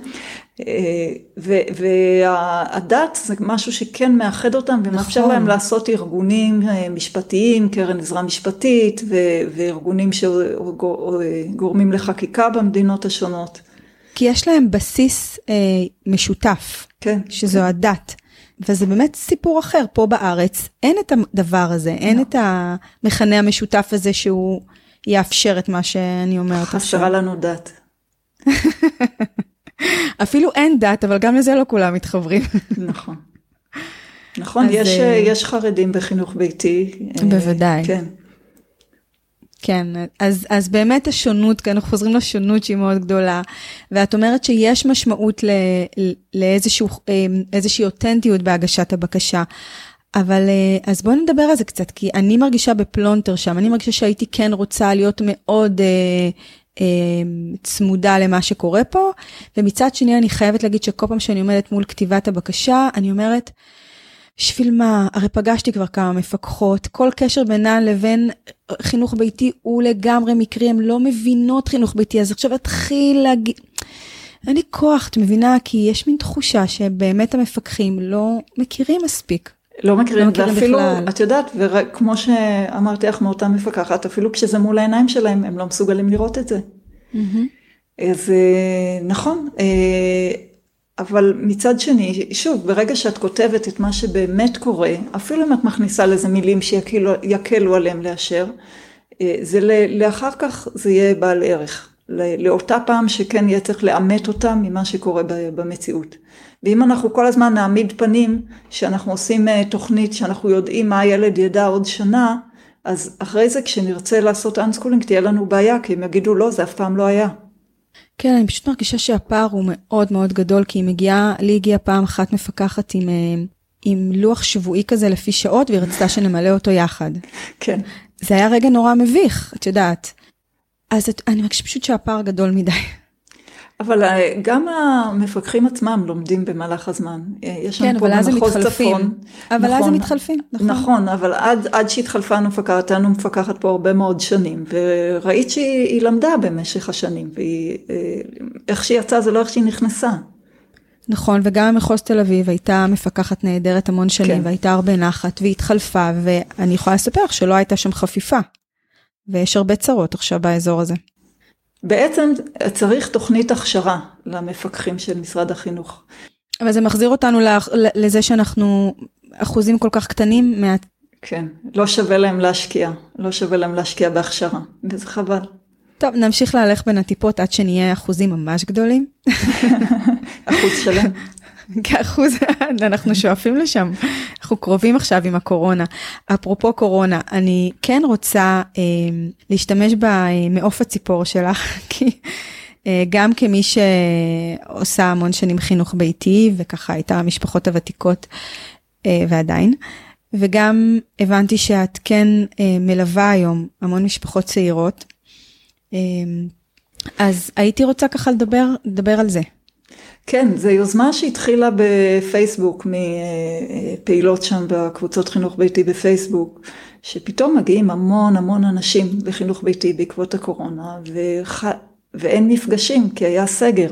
והדת זה משהו שכן מאחד אותם, ומאפשר נכון. להם לעשות ארגונים משפטיים, קרן עזרה משפטית, וארגונים שגורמים לחקיקה במדינות השונות. כי יש להם בסיס אה, משותף, כן. שזו הדת. וזה באמת סיפור אחר, פה בארץ אין את הדבר הזה, אין את המכנה המשותף הזה שהוא יאפשר את מה שאני אומרת. חסרה לנו דת. אפילו אין דת, אבל גם לזה לא כולם מתחברים. נכון. נכון, יש, יש חרדים בחינוך ביתי. בוודאי. כן. כן, אז, אז באמת השונות, כי אנחנו חוזרים לשונות שהיא מאוד גדולה, ואת אומרת שיש משמעות ל, לאיזשהו, איזושהי אותנטיות בהגשת הבקשה, אבל אז בואו נדבר על זה קצת, כי אני מרגישה בפלונטר שם, אני מרגישה שהייתי כן רוצה להיות מאוד אה, אה, צמודה למה שקורה פה, ומצד שני אני חייבת להגיד שכל פעם שאני עומדת מול כתיבת הבקשה, אני אומרת, בשביל מה? הרי פגשתי כבר כמה מפקחות, כל קשר בינן לבין חינוך ביתי הוא לגמרי מקרי, הן לא מבינות חינוך ביתי, אז עכשיו אתחיל להגיד, אין לי כוח, את מבינה, כי יש מין תחושה שבאמת המפקחים לא מכירים מספיק. לא מכירים, לא מכירים ואפילו, בכלל. את יודעת, וכמו שאמרתי לך מאותה מפקחת, אפילו כשזה מול העיניים שלהם, הם לא מסוגלים לראות את זה. Mm-hmm. אז נכון, אבל מצד שני, שוב, ברגע שאת כותבת את מה שבאמת קורה, אפילו אם את מכניסה לזה מילים שיקלו עליהם לאשר, זה לאחר כך זה יהיה בעל ערך. לאותה פעם שכן יהיה צריך לאמת אותם ממה שקורה במציאות. ואם אנחנו כל הזמן נעמיד פנים, שאנחנו עושים תוכנית, שאנחנו יודעים מה הילד ידע עוד שנה, אז אחרי זה כשנרצה לעשות אנסקולינג תהיה לנו בעיה, כי הם יגידו לא, זה אף פעם לא היה. כן, אני פשוט מרגישה שהפער הוא מאוד מאוד גדול, כי היא מגיעה, לי הגיעה פעם אחת מפקחת עם, עם לוח שבועי כזה לפי שעות, והיא רצתה שנמלא אותו יחד. כן. זה היה רגע נורא מביך, את יודעת. אז אני מרגישה פשוט שהפער גדול מדי. אבל גם המפקחים עצמם לומדים במהלך הזמן. יש כן, אבל אז הם מתחלפים. אבל אז הם מתחלפים, נכון. נכון, אבל עד, עד שהתחלפה לנו מפקחת, לנו מפקחת פה הרבה מאוד שנים, וראית שהיא למדה במשך השנים, ואיך שהיא יצאה זה לא איך שהיא נכנסה. נכון, וגם במחוז תל אביב הייתה מפקחת נהדרת המון שנים, כן. והייתה הרבה נחת, והיא התחלפה, ואני יכולה לספר שלא הייתה שם חפיפה. ויש הרבה צרות עכשיו באזור הזה. בעצם צריך תוכנית הכשרה למפקחים של משרד החינוך. אבל זה מחזיר אותנו לזה שאנחנו אחוזים כל כך קטנים. מה... כן, לא שווה להם להשקיע, לא שווה להם להשקיע בהכשרה, וזה חבל. טוב, נמשיך להלך בין הטיפות עד שנהיה אחוזים ממש גדולים. אחוז שלם. כאחוז, אנחנו שואפים לשם. אנחנו קרובים עכשיו עם הקורונה. אפרופו קורונה, אני כן רוצה אה, להשתמש במעוף הציפור שלך, כי אה, גם כמי שעושה המון שנים חינוך ביתי, וככה הייתה המשפחות הוותיקות אה, ועדיין, וגם הבנתי שאת כן אה, מלווה היום המון משפחות צעירות, אה, אז הייתי רוצה ככה לדבר, לדבר על זה. כן, זו יוזמה שהתחילה בפייסבוק, מפעילות שם בקבוצות חינוך ביתי בפייסבוק, שפתאום מגיעים המון המון אנשים לחינוך ביתי בעקבות הקורונה, וח... ואין מפגשים, כי היה סגר.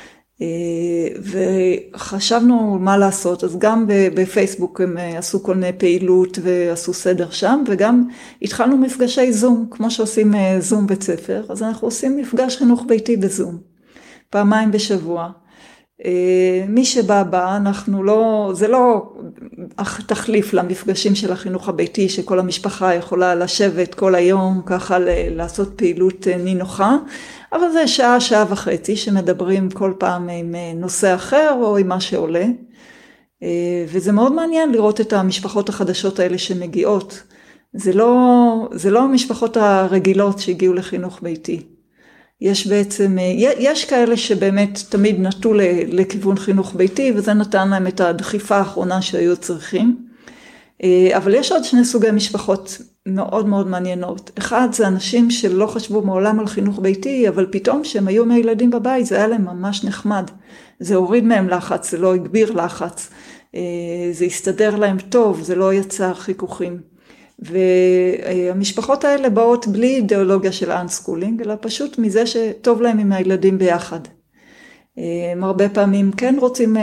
וחשבנו מה לעשות, אז גם בפייסבוק הם עשו כל מיני פעילות ועשו סדר שם, וגם התחלנו מפגשי זום, כמו שעושים זום בית ספר, אז אנחנו עושים מפגש חינוך ביתי בזום, פעמיים בשבוע. מי שבא בא, אנחנו לא, זה לא תחליף למפגשים של החינוך הביתי, שכל המשפחה יכולה לשבת כל היום, ככה לעשות פעילות נינוחה, אבל זה שעה, שעה וחצי, שמדברים כל פעם עם נושא אחר, או עם מה שעולה, וזה מאוד מעניין לראות את המשפחות החדשות האלה שמגיעות. זה לא, זה לא המשפחות הרגילות שהגיעו לחינוך ביתי. יש בעצם, יש כאלה שבאמת תמיד נטו לכיוון חינוך ביתי, וזה נתן להם את הדחיפה האחרונה שהיו צריכים. אבל יש עוד שני סוגי משפחות מאוד מאוד מעניינות. אחד, זה אנשים שלא חשבו מעולם על חינוך ביתי, אבל פתאום שהם היו מהילדים בבית, זה היה להם ממש נחמד. זה הוריד מהם לחץ, זה לא הגביר לחץ. זה הסתדר להם טוב, זה לא יצר חיכוכים. והמשפחות האלה באות בלי אידיאולוגיה של אנסקולינג, אלא פשוט מזה שטוב להם עם הילדים ביחד. הם הרבה פעמים כן רוצים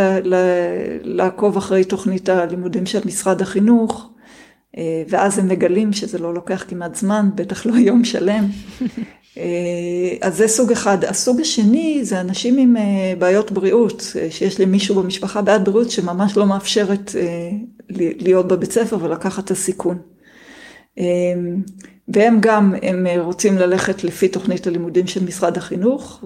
לעקוב אחרי תוכנית הלימודים של משרד החינוך, ואז הם מגלים שזה לא לוקח כמעט זמן, בטח לא יום שלם. אז זה סוג אחד. הסוג השני זה אנשים עם בעיות בריאות, שיש למישהו במשפחה בעיית בריאות שממש לא מאפשרת להיות בבית ספר ולקחת את הסיכון. והם גם, הם רוצים ללכת לפי תוכנית הלימודים של משרד החינוך,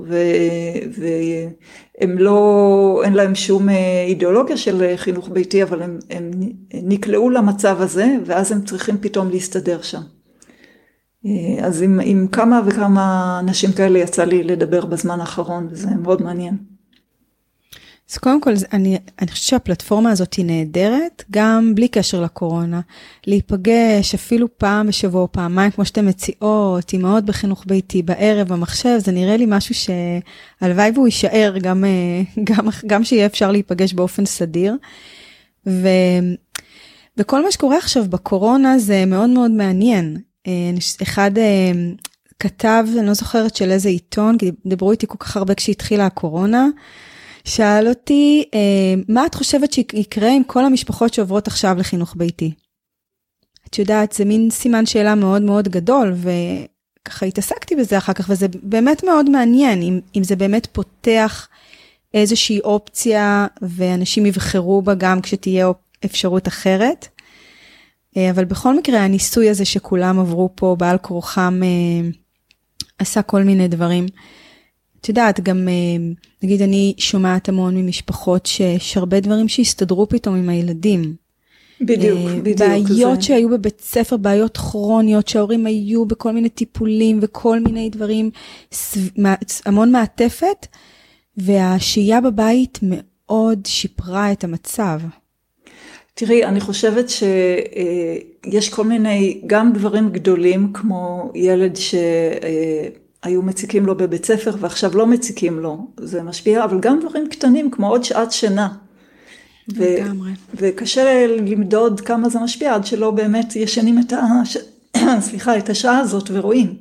והם לא, אין להם שום אידיאולוגיה של חינוך ביתי, אבל הם, הם נקלעו למצב הזה, ואז הם צריכים פתאום להסתדר שם. אז עם, עם כמה וכמה אנשים כאלה יצא לי לדבר בזמן האחרון, וזה מאוד מעניין. אז קודם כל, אני, אני חושבת שהפלטפורמה הזאת היא נהדרת, גם בלי קשר לקורונה. להיפגש אפילו פעם בשבוע, פעמיים, כמו שאתם מציעות, אימהות בחינוך ביתי, בערב, במחשב, זה נראה לי משהו שהלוואי והוא יישאר, גם, גם, גם שיהיה אפשר להיפגש באופן סדיר. ו, וכל מה שקורה עכשיו בקורונה זה מאוד מאוד מעניין. אחד כתב, אני לא זוכרת של איזה עיתון, כי דיברו איתי כל כך הרבה כשהתחילה הקורונה, שאל אותי, מה את חושבת שיקרה עם כל המשפחות שעוברות עכשיו לחינוך ביתי? את יודעת, זה מין סימן שאלה מאוד מאוד גדול, וככה התעסקתי בזה אחר כך, וזה באמת מאוד מעניין, אם, אם זה באמת פותח איזושהי אופציה, ואנשים יבחרו בה גם כשתהיה אפשרות אחרת. אבל בכל מקרה, הניסוי הזה שכולם עברו פה, בעל כורחם, עשה כל מיני דברים. את יודעת, גם, נגיד, אני שומעת המון ממשפחות שיש הרבה דברים שהסתדרו פתאום עם הילדים. בדיוק, בדיוק. בעיות זה... שהיו בבית ספר, בעיות כרוניות, שההורים היו בכל מיני טיפולים וכל מיני דברים, המון מעטפת, והשהייה בבית מאוד שיפרה את המצב. תראי, אני חושבת שיש כל מיני, גם דברים גדולים, כמו ילד ש... היו מציקים לו בבית ספר, ועכשיו לא מציקים לו, זה משפיע, אבל גם דברים קטנים, כמו עוד שעת שינה. לגמרי. וקשה למדוד כמה זה משפיע, עד שלא באמת ישנים את, הש... סליחה, את השעה הזאת ורואים.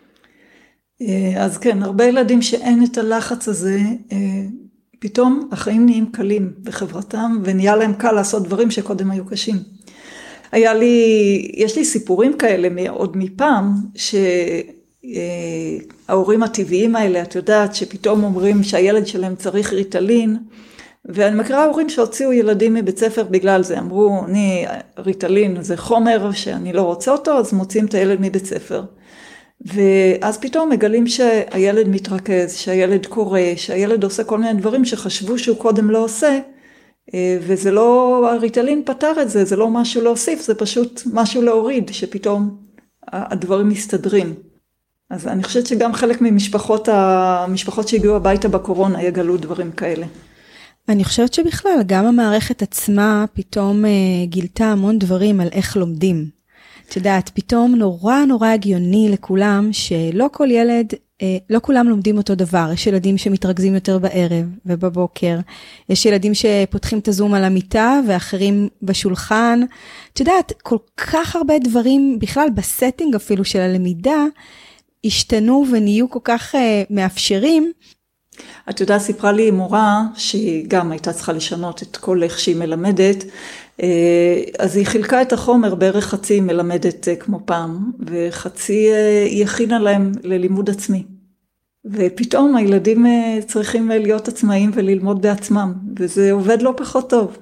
אז כן, הרבה ילדים שאין את הלחץ הזה, פתאום החיים נהיים קלים בחברתם, ונהיה להם קל לעשות דברים שקודם היו קשים. היה לי, יש לי סיפורים כאלה עוד מפעם, ש... ההורים הטבעיים האלה, את יודעת, שפתאום אומרים שהילד שלהם צריך ריטלין, ואני מכירה ההורים שהוציאו ילדים מבית ספר בגלל זה, אמרו, אני, ריטלין זה חומר שאני לא רוצה אותו, אז מוציאים את הילד מבית ספר. ואז פתאום מגלים שהילד מתרכז, שהילד קורא, שהילד עושה כל מיני דברים שחשבו שהוא קודם לא עושה, וזה לא, הריטלין פתר את זה, זה לא משהו להוסיף, זה פשוט משהו להוריד, שפתאום הדברים מסתדרים. אז אני חושבת שגם חלק ממשפחות, המשפחות שהגיעו הביתה בקורונה יגלו דברים כאלה. אני חושבת שבכלל, גם המערכת עצמה פתאום אה, גילתה המון דברים על איך לומדים. את יודעת, פתאום נורא נורא הגיוני לכולם, שלא כל ילד, אה, לא כולם לומדים אותו דבר. יש ילדים שמתרכזים יותר בערב ובבוקר. יש ילדים שפותחים את הזום על המיטה, ואחרים בשולחן. את יודעת, כל כך הרבה דברים, בכלל בסטינג אפילו של הלמידה, השתנו ונהיו כל כך uh, מאפשרים. את יודעת, סיפרה לי מורה שהיא גם הייתה צריכה לשנות את כל איך שהיא מלמדת, אז היא חילקה את החומר, בערך חצי מלמדת כמו פעם, וחצי היא הכינה להם ללימוד עצמי. ופתאום הילדים צריכים להיות עצמאיים וללמוד בעצמם, וזה עובד לא פחות טוב.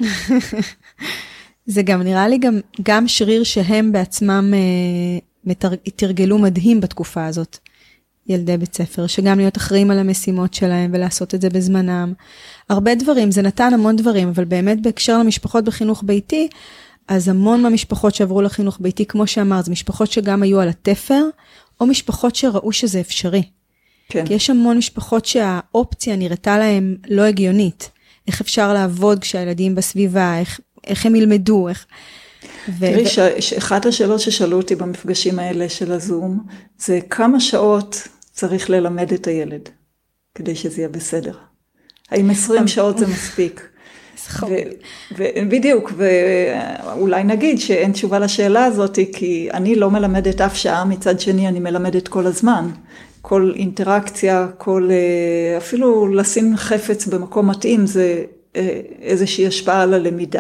זה גם נראה לי גם, גם שריר שהם בעצמם תרגלו מדהים בתקופה הזאת, ילדי בית ספר, שגם להיות אחראים על המשימות שלהם ולעשות את זה בזמנם. הרבה דברים, זה נתן המון דברים, אבל באמת בהקשר למשפחות בחינוך ביתי, אז המון מהמשפחות שעברו לחינוך ביתי, כמו שאמר, זה משפחות שגם היו על התפר, או משפחות שראו שזה אפשרי. כן. כי יש המון משפחות שהאופציה נראתה להם לא הגיונית. איך אפשר לעבוד כשהילדים בסביבה, איך, איך הם ילמדו, איך... תראי, שאחת השאלות ששאלו אותי במפגשים האלה של הזום, זה כמה שעות צריך ללמד את הילד, כדי שזה יהיה בסדר. האם עשרים שעות זה מספיק? בדיוק, ואולי נגיד שאין תשובה לשאלה הזאת, כי אני לא מלמדת אף שעה, מצד שני אני מלמדת כל הזמן. כל אינטראקציה, כל, אפילו לשים חפץ במקום מתאים, זה איזושהי השפעה על הלמידה.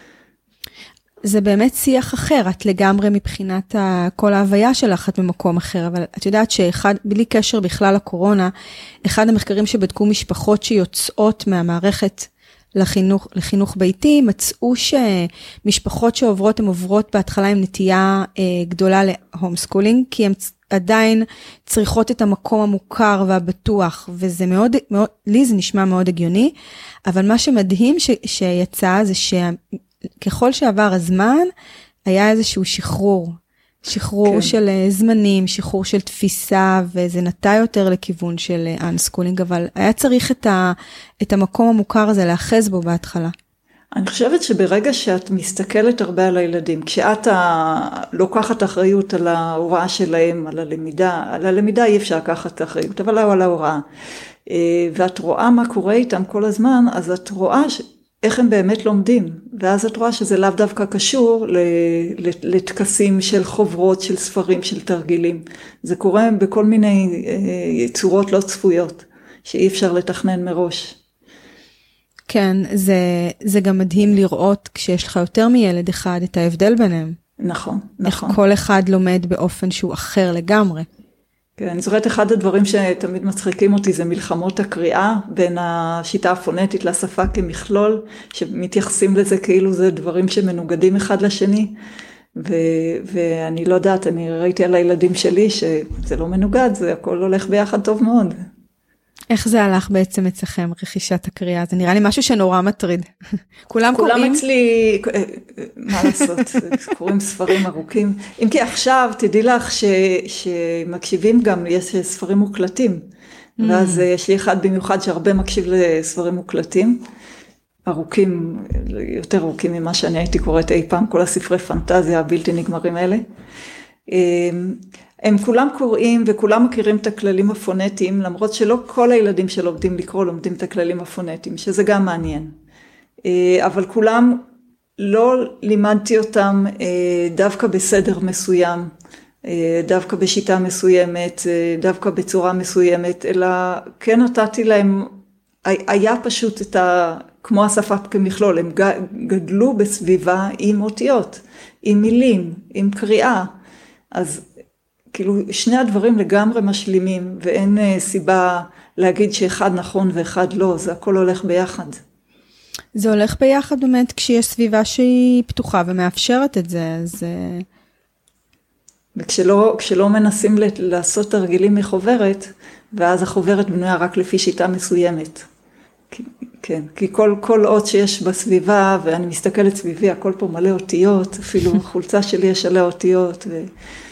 זה באמת שיח אחר, את לגמרי מבחינת כל ההוויה שלך, את במקום אחר, אבל את יודעת שאחד, בלי קשר בכלל לקורונה, אחד המחקרים שבדקו משפחות שיוצאות מהמערכת לחינוך, לחינוך ביתי, מצאו שמשפחות שעוברות, הן עוברות בהתחלה עם נטייה אה, גדולה להום סקולינג, כי הן עדיין צריכות את המקום המוכר והבטוח, וזה מאוד, מאוד, לי זה נשמע מאוד הגיוני, אבל מה שמדהים ש, שיצא זה שככל שעבר הזמן, היה איזשהו שחרור, שחרור כן. של זמנים, שחרור של תפיסה, וזה נטע יותר לכיוון של אנסקולינג, אבל היה צריך את, ה, את המקום המוכר הזה להחז בו בהתחלה. אני חושבת שברגע שאת מסתכלת הרבה על הילדים, כשאת לוקחת אחריות על ההוראה שלהם, על הלמידה, על הלמידה אי אפשר לקחת אחריות, אבל לא על ההוראה, ואת רואה מה קורה איתם כל הזמן, אז את רואה ש... איך הם באמת לומדים, ואז את רואה שזה לאו דווקא קשור לתקסים של חוברות, של ספרים, של תרגילים. זה קורה בכל מיני צורות לא צפויות, שאי אפשר לתכנן מראש. כן, זה, זה גם מדהים לראות כשיש לך יותר מילד אחד את ההבדל ביניהם. נכון, נכון. איך כל אחד לומד באופן שהוא אחר לגמרי. כן, אני זוכרת אחד הדברים שתמיד מצחיקים אותי, זה מלחמות הקריאה בין השיטה הפונטית לשפה כמכלול, שמתייחסים לזה כאילו זה דברים שמנוגדים אחד לשני, ו- ואני לא יודעת, אני ראיתי על הילדים שלי שזה לא מנוגד, זה הכל הולך ביחד טוב מאוד. איך זה הלך בעצם אצלכם, רכישת הקריאה? זה נראה לי משהו שנורא מטריד. כולם קוראים? כולם אצלי, מה לעשות, קוראים ספרים ארוכים. אם כי עכשיו, תדעי לך ש, שמקשיבים גם, יש ספרים מוקלטים. ואז יש לי אחד במיוחד שהרבה מקשיב לספרים מוקלטים. ארוכים, יותר ארוכים ממה שאני הייתי קוראת אי פעם, כל הספרי פנטזיה הבלתי נגמרים האלה. הם כולם קוראים וכולם מכירים את הכללים הפונטיים, למרות שלא כל הילדים שלומדים לקרוא לומדים את הכללים הפונטיים, שזה גם מעניין. אבל כולם לא לימדתי אותם דווקא בסדר מסוים, דווקא בשיטה מסוימת, דווקא בצורה מסוימת, אלא כן נתתי להם, היה פשוט את ה... כמו השפה כמכלול, הם גדלו בסביבה עם אותיות, עם מילים, עם קריאה, אז כאילו שני הדברים לגמרי משלימים, ואין סיבה להגיד שאחד נכון ואחד לא, זה הכל הולך ביחד. זה הולך ביחד באמת כשיש סביבה שהיא פתוחה ומאפשרת את זה, אז... וכשלא כשלא מנסים לעשות תרגילים מחוברת, ואז החוברת בנויה רק לפי שיטה מסוימת. כן, כי כל, כל אות שיש בסביבה, ואני מסתכלת סביבי, הכל פה מלא אותיות, אפילו חולצה שלי יש עליה אותיות. ו...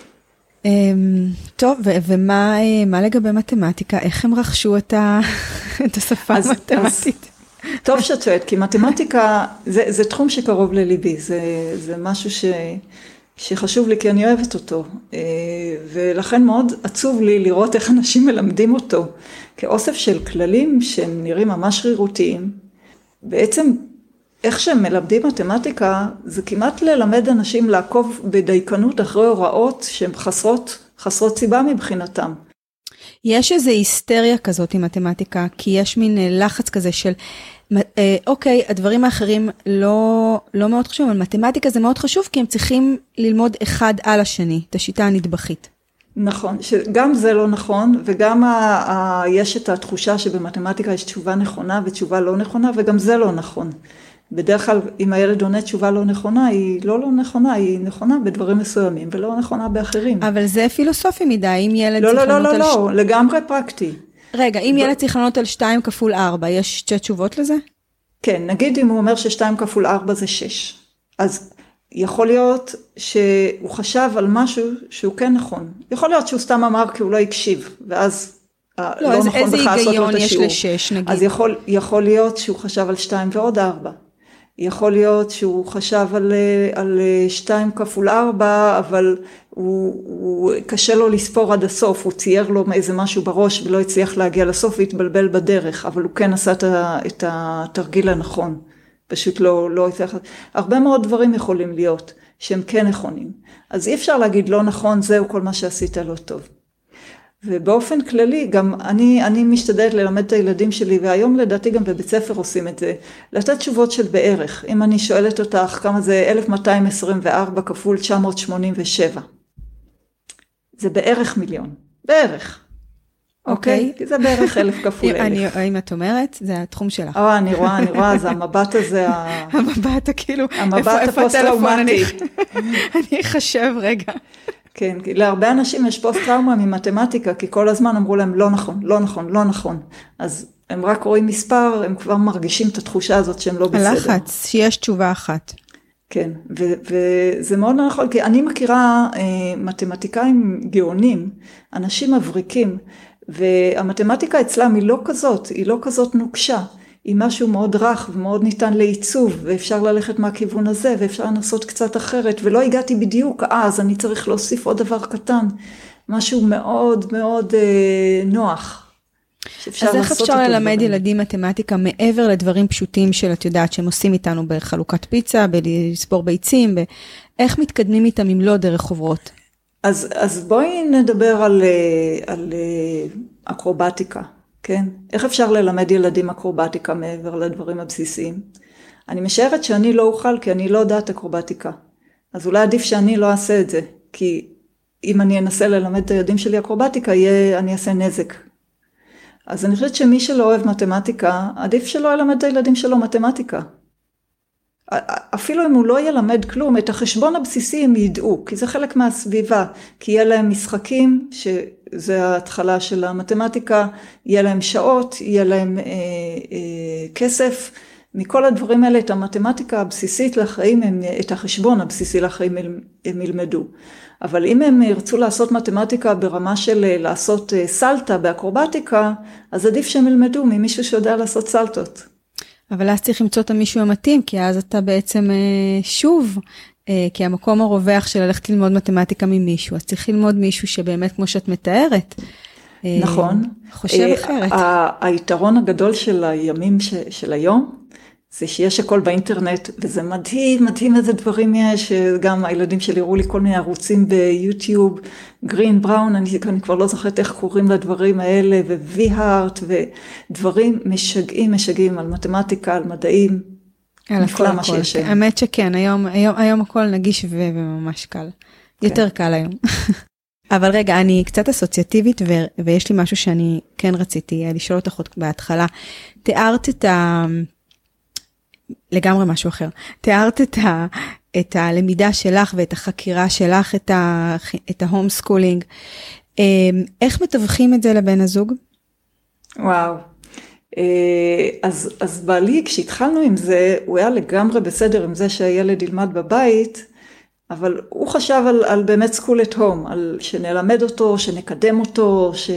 טוב, ומה מה לגבי מתמטיקה? איך הם רכשו את, ה, את השפה אז, המתמטית? אז, טוב שאת שואלת, כי מתמטיקה זה, זה תחום שקרוב לליבי, זה, זה משהו ש, שחשוב לי כי אני אוהבת אותו, ולכן מאוד עצוב לי לראות איך אנשים מלמדים אותו, כאוסף של כללים שנראים ממש שרירותיים, בעצם איך שהם מלמדים מתמטיקה, זה כמעט ללמד אנשים לעקוב בדייקנות אחרי הוראות שהן חסרות, חסרות סיבה מבחינתם. יש איזו היסטריה כזאת עם מתמטיקה, כי יש מין לחץ כזה של, אוקיי, הדברים האחרים לא, לא מאוד חשוב, אבל מתמטיקה זה מאוד חשוב, כי הם צריכים ללמוד אחד על השני, את השיטה הנדבכית. נכון, שגם זה לא נכון, וגם ה, ה, יש את התחושה שבמתמטיקה יש תשובה נכונה ותשובה לא נכונה, וגם זה לא נכון. בדרך כלל, אם הילד עונה תשובה לא נכונה, היא לא לא נכונה, היא נכונה בדברים מסוימים, ולא נכונה באחרים. אבל זה פילוסופי מדי, אם ילד לא, צריך לא, לענות לא, על... לא, לא, לגמרי פרקטי. רגע, אם ילד צריך לענות על שתיים כפול ארבע, יש שתי תשובות לזה? כן, נגיד אם הוא אומר ששתיים כפול ארבע זה שש. אז יכול להיות שהוא חשב על משהו שהוא כן נכון. יכול להיות שהוא סתם אמר כי הוא לא הקשיב, ואז לא, לא נכון איזה בכלל לעשות לו את השיעור. היגיון יש לשש, נגיד? אז יכול, יכול להיות שהוא חשב על שתיים ועוד ארבע. יכול להיות שהוא חשב על, על שתיים כפול ארבע, אבל הוא, הוא קשה לו לספור עד הסוף, הוא צייר לו איזה משהו בראש ולא הצליח להגיע לסוף והתבלבל בדרך, אבל הוא כן עשה את התרגיל הנכון, פשוט לא, לא הצליח. הרבה מאוד דברים יכולים להיות שהם כן נכונים, אז אי אפשר להגיד לא נכון, זהו כל מה שעשית לא טוב. ובאופן כללי, גם אני, אני משתדלת ללמד את הילדים שלי, והיום לדעתי גם בבית ספר עושים את זה, לתת תשובות של בערך. אם אני שואלת אותך כמה זה אלף מאתיים עשרים וארבע כפול תשע מאות שמונים ושבע. זה בערך מיליון. בערך. אוקיי? כי זה בערך אלף כפול אלף. אם את אומרת, זה התחום שלך. אה, אני רואה, אני רואה, זה המבט הזה. המבט כאילו, המבט הפוסט-טראומטי. אני אחשב רגע. כן, להרבה אנשים יש פוסט טראומה ממתמטיקה, כי כל הזמן אמרו להם לא נכון, לא נכון, לא נכון. אז הם רק רואים מספר, הם כבר מרגישים את התחושה הזאת שהם לא בסדר. הלחץ, שיש תשובה אחת. כן, ו- וזה מאוד נכון, כי אני מכירה אה, מתמטיקאים גאונים, אנשים מבריקים, והמתמטיקה אצלם היא לא כזאת, היא לא כזאת נוקשה. היא משהו מאוד רך ומאוד ניתן לעיצוב, ואפשר ללכת מהכיוון הזה, ואפשר לנסות קצת אחרת, ולא הגעתי בדיוק, אה, אז אני צריך להוסיף עוד דבר קטן, משהו מאוד מאוד אה, נוח. אז איך אפשר ללמד דברים. ילדים מתמטיקה מעבר לדברים פשוטים של, את יודעת, שהם עושים איתנו בחלוקת פיצה, בלספור ביצים, איך מתקדמים איתם אם לא דרך חוברות? אז, אז בואי נדבר על, על אקרובטיקה. כן? איך אפשר ללמד ילדים אקרובטיקה מעבר לדברים הבסיסיים? אני משערת שאני לא אוכל כי אני לא יודעת אקרובטיקה. אז אולי עדיף שאני לא אעשה את זה, כי אם אני אנסה ללמד את הילדים שלי אקרובטיקה, יהיה, אני אעשה נזק. אז אני חושבת שמי שלא אוהב מתמטיקה, עדיף שלא ילמד את הילדים שלו מתמטיקה. אפילו אם הוא לא ילמד כלום, את החשבון הבסיסי הם ידעו, כי זה חלק מהסביבה, כי יהיה להם משחקים, שזה ההתחלה של המתמטיקה, יהיה להם שעות, יהיה להם אה, אה, כסף, מכל הדברים האלה את המתמטיקה הבסיסית לחיים, הם, את החשבון הבסיסי לחיים הם, הם ילמדו. אבל אם הם ירצו לעשות מתמטיקה ברמה של לעשות סלטה באקרובטיקה, אז עדיף שהם ילמדו ממישהו שיודע לעשות סלטות. אבל אז צריך למצוא את המישהו המתאים, כי אז אתה בעצם שוב, כי המקום הרווח של ללכת ללמוד מתמטיקה ממישהו, אז צריך ללמוד מישהו שבאמת כמו שאת מתארת, נכון. חושב אחרת. היתרון הגדול של הימים של היום, זה שיש הכל באינטרנט, וזה מדהים, מדהים איזה דברים יש, גם הילדים שלי הראו לי כל מיני ערוצים ביוטיוב, גרין, בראון, אני, אני כבר לא זוכרת איך קוראים לדברים האלה, ו-V-Heart, ודברים משגעים, משגעים על מתמטיקה, על מדעים, נפלא מה שיש. האמת שכן, היום, היום, היום הכל נגיש ו- וממש קל. יותר כן. קל היום. אבל רגע, אני קצת אסוציאטיבית, ו- ויש לי משהו שאני כן רציתי לשאול אותך עוד בהתחלה. תיארת את ה... לגמרי משהו אחר. תיארת את, ה, את הלמידה שלך ואת החקירה שלך, את, ה, את ההום סקולינג. איך מתווכים את זה לבן הזוג? וואו. אז, אז בעלי, כשהתחלנו עם זה, הוא היה לגמרי בסדר עם זה שהילד ילמד בבית, אבל הוא חשב על, על באמת school at home, על שנלמד אותו, שנקדם אותו, ש,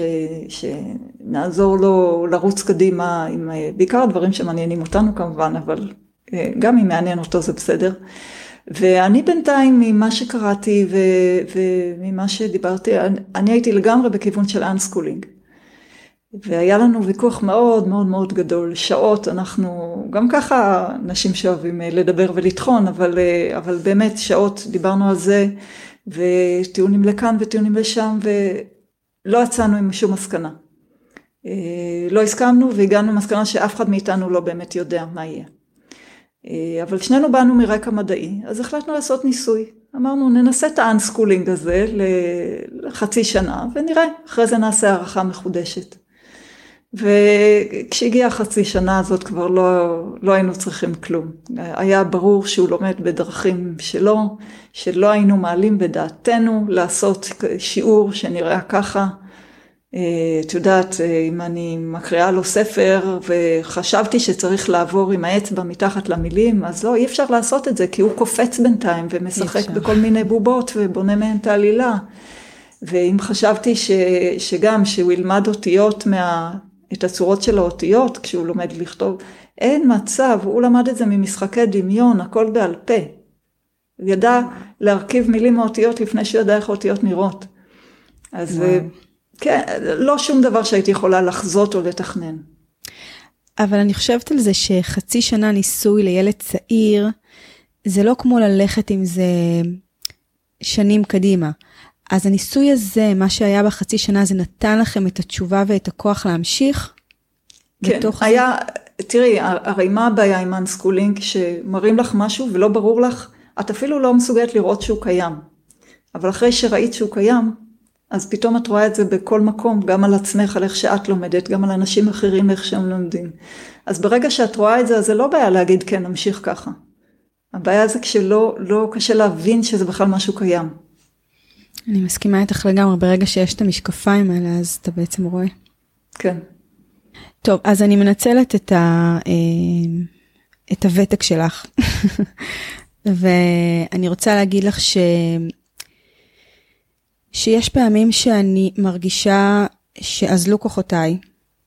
שנעזור לו לרוץ קדימה, עם, בעיקר הדברים שמעניינים אותנו כמובן, אבל גם אם מעניין אותו זה בסדר. ואני בינתיים ממה שקראתי ו, וממה שדיברתי, אני, אני הייתי לגמרי בכיוון של unschooling. והיה לנו ויכוח מאוד מאוד מאוד גדול, שעות, אנחנו גם ככה נשים שאוהבים לדבר ולטחון, אבל, אבל באמת שעות דיברנו על זה, וטיעונים לכאן וטיעונים לשם, ולא יצאנו עם שום מסקנה. לא הסכמנו והגענו למסקנה שאף אחד מאיתנו לא באמת יודע מה יהיה. אבל שנינו באנו מרקע מדעי, אז החלטנו לעשות ניסוי. אמרנו, ננסה את האנסקולינג הזה לחצי שנה, ונראה, אחרי זה נעשה הערכה מחודשת. וכשהגיעה חצי שנה הזאת כבר לא, לא היינו צריכים כלום. היה ברור שהוא לומד בדרכים שלו, שלא היינו מעלים בדעתנו לעשות שיעור שנראה ככה. את יודעת, אם אני מקריאה לו ספר וחשבתי שצריך לעבור עם האצבע מתחת למילים, אז לא, אי אפשר לעשות את זה, כי הוא קופץ בינתיים ומשחק בכל מיני בובות ובונה מהן את העלילה. ואם חשבתי ש, שגם שהוא ילמד אותיות מה... את הצורות של האותיות, כשהוא לומד לכתוב, אין מצב, הוא למד את זה ממשחקי דמיון, הכל בעל פה. הוא ידע להרכיב מילים מאותיות לפני שהוא ידע איך אותיות נראות. אז כן, לא שום דבר שהייתי יכולה לחזות או לתכנן. אבל אני חושבת על זה שחצי שנה ניסוי לילד צעיר, זה לא כמו ללכת עם זה שנים קדימה. אז הניסוי הזה, מה שהיה בחצי שנה, זה נתן לכם את התשובה ואת הכוח להמשיך? כן, היה, תראי, הרי מה הבעיה עם אנסקולינג, שמראים לך משהו ולא ברור לך, את אפילו לא מסוגלת לראות שהוא קיים. אבל אחרי שראית שהוא קיים, אז פתאום את רואה את זה בכל מקום, גם על עצמך, על איך שאת לומדת, גם על אנשים אחרים, איך שהם לומדים. אז ברגע שאת רואה את זה, אז זה לא בעיה להגיד, כן, נמשיך ככה. הבעיה זה כשלא לא קשה להבין שזה בכלל משהו קיים. אני מסכימה איתך לגמרי, ברגע שיש את המשקפיים האלה, אז אתה בעצם רואה. כן. טוב, אז אני מנצלת את, ה, את הוותק שלך. ואני רוצה להגיד לך ש... שיש פעמים שאני מרגישה שאזלו כוחותיי,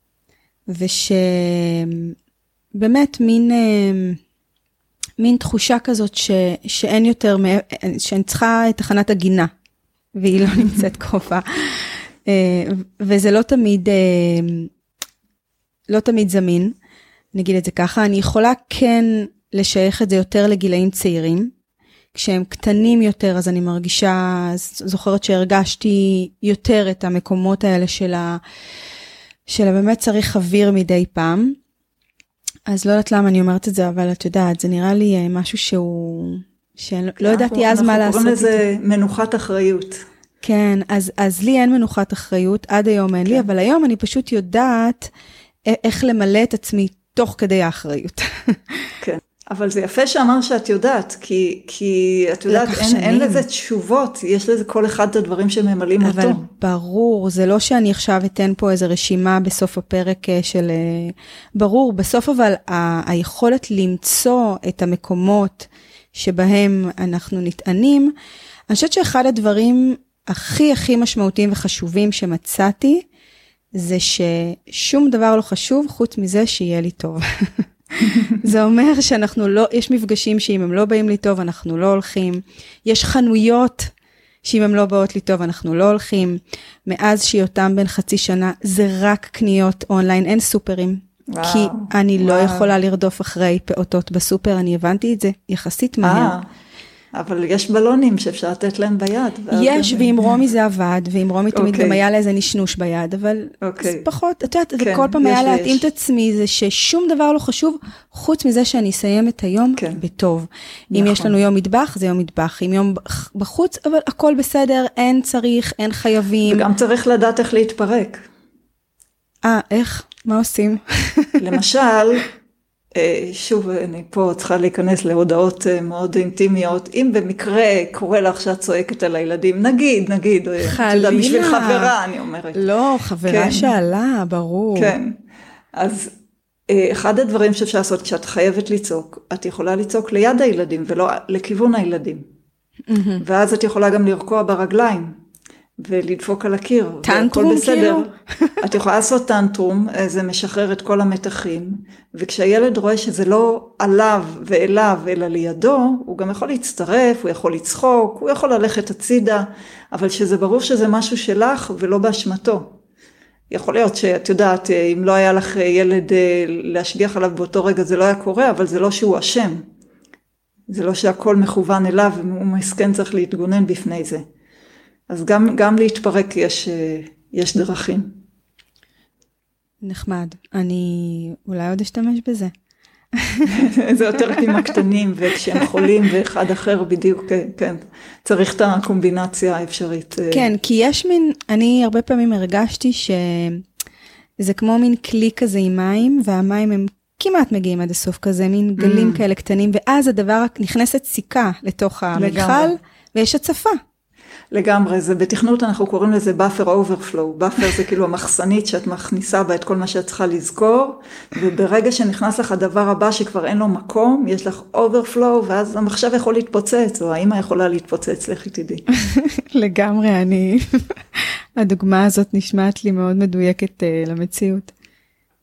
ושבאמת מין, מין תחושה כזאת ש, שאין יותר, שאני צריכה את תחנת הגינה, והיא לא נמצאת קרובה. וזה לא תמיד, לא תמיד זמין, נגיד את זה ככה, אני יכולה כן לשייך את זה יותר לגילאים צעירים, כשהם קטנים יותר, אז אני מרגישה, זוכרת שהרגשתי יותר את המקומות האלה של ה... של באמת צריך אוויר מדי פעם. אז לא יודעת למה אני אומרת את זה, אבל את יודעת, זה נראה לי משהו שהוא... שלא ידעתי אז מה לעשות. אנחנו קוראים לזה מנוחת אחריות. כן, אז, אז לי אין מנוחת אחריות, עד היום אין לי, אבל היום אני פשוט יודעת איך למלא את עצמי תוך כדי האחריות. כן. אבל זה יפה שאמר שאת יודעת, כי, כי את יודעת, אין, אין לזה תשובות, יש לזה כל אחד את הדברים שממלאים אבל אותו. אבל ברור, זה לא שאני עכשיו אתן פה איזו רשימה בסוף הפרק של, ברור, בסוף אבל ה- היכולת למצוא את המקומות שבהם אנחנו נטענים, אני חושבת שאחד הדברים הכי הכי משמעותיים וחשובים שמצאתי, זה ששום דבר לא חשוב חוץ מזה שיהיה לי טוב. זה אומר שאנחנו לא, יש מפגשים שאם הם לא באים לי טוב, אנחנו לא הולכים. יש חנויות שאם הם לא באות לי טוב, אנחנו לא הולכים. מאז שיותם בין חצי שנה, זה רק קניות אונליין, אין סופרים. וואו, כי אני וואו. לא יכולה לרדוף אחרי פעוטות בסופר, אני הבנתי את זה יחסית מהר. אה. אבל יש בלונים שאפשר לתת להם ביד. יש, ועם רומי זה עבד, ועם רומי תמיד גם היה לה איזה נשנוש ביד, אבל זה פחות, את יודעת, וכל פעם היה להתאים את עצמי, זה ששום דבר לא חשוב, חוץ מזה שאני אסיים את היום בטוב. אם יש לנו יום מטבח, זה יום מטבח, אם יום בחוץ, אבל הכל בסדר, אין צריך, אין חייבים. וגם צריך לדעת איך להתפרק. אה, איך? מה עושים? למשל, שוב, אני פה צריכה להיכנס להודעות מאוד אינטימיות, אם במקרה קורה לך שאת צועקת על הילדים, נגיד, נגיד, חלילה. בשביל חברה, אני אומרת. לא, חברה כן. שעלה, ברור. כן, אז אחד הדברים שאפשר לעשות כשאת חייבת לצעוק, את יכולה לצעוק ליד הילדים ולא לכיוון הילדים. Mm-hmm. ואז את יכולה גם לרקוע ברגליים. ולדפוק על הקיר. טנטרום כאילו? את יכולה לעשות טנטרום, זה משחרר את כל המתחים, וכשהילד רואה שזה לא עליו ואליו, אלא לידו, הוא גם יכול להצטרף, הוא יכול לצחוק, הוא יכול ללכת הצידה, אבל שזה ברור שזה משהו שלך ולא באשמתו. יכול להיות שאת יודעת, אם לא היה לך ילד להשגיח עליו באותו רגע, זה לא היה קורה, אבל זה לא שהוא אשם. זה לא שהכל מכוון אליו, הוא מסכן צריך להתגונן בפני זה. אז גם, גם להתפרק יש, יש דרכים. נחמד. אני אולי עוד אשתמש בזה. זה יותר עם הקטנים, וכשהם חולים ואחד אחר בדיוק, כן, צריך את הקומבינציה האפשרית. כן, כי יש מין, אני הרבה פעמים הרגשתי שזה כמו מין כלי כזה עם מים, והמים הם כמעט מגיעים עד הסוף כזה, מין גלים כאלה קטנים, ואז הדבר נכנסת סיכה לתוך המכל, ויש הצפה. לגמרי, זה בתכנות אנחנו קוראים לזה buffer overflow, buffer זה כאילו המחסנית שאת מכניסה בה את כל מה שאת צריכה לזכור, וברגע שנכנס לך הדבר הבא שכבר אין לו מקום, יש לך overflow, ואז המחשב יכול להתפוצץ, או האמא יכולה להתפוצץ, לכי תדעי. לגמרי, אני, הדוגמה הזאת נשמעת לי מאוד מדויקת uh, למציאות.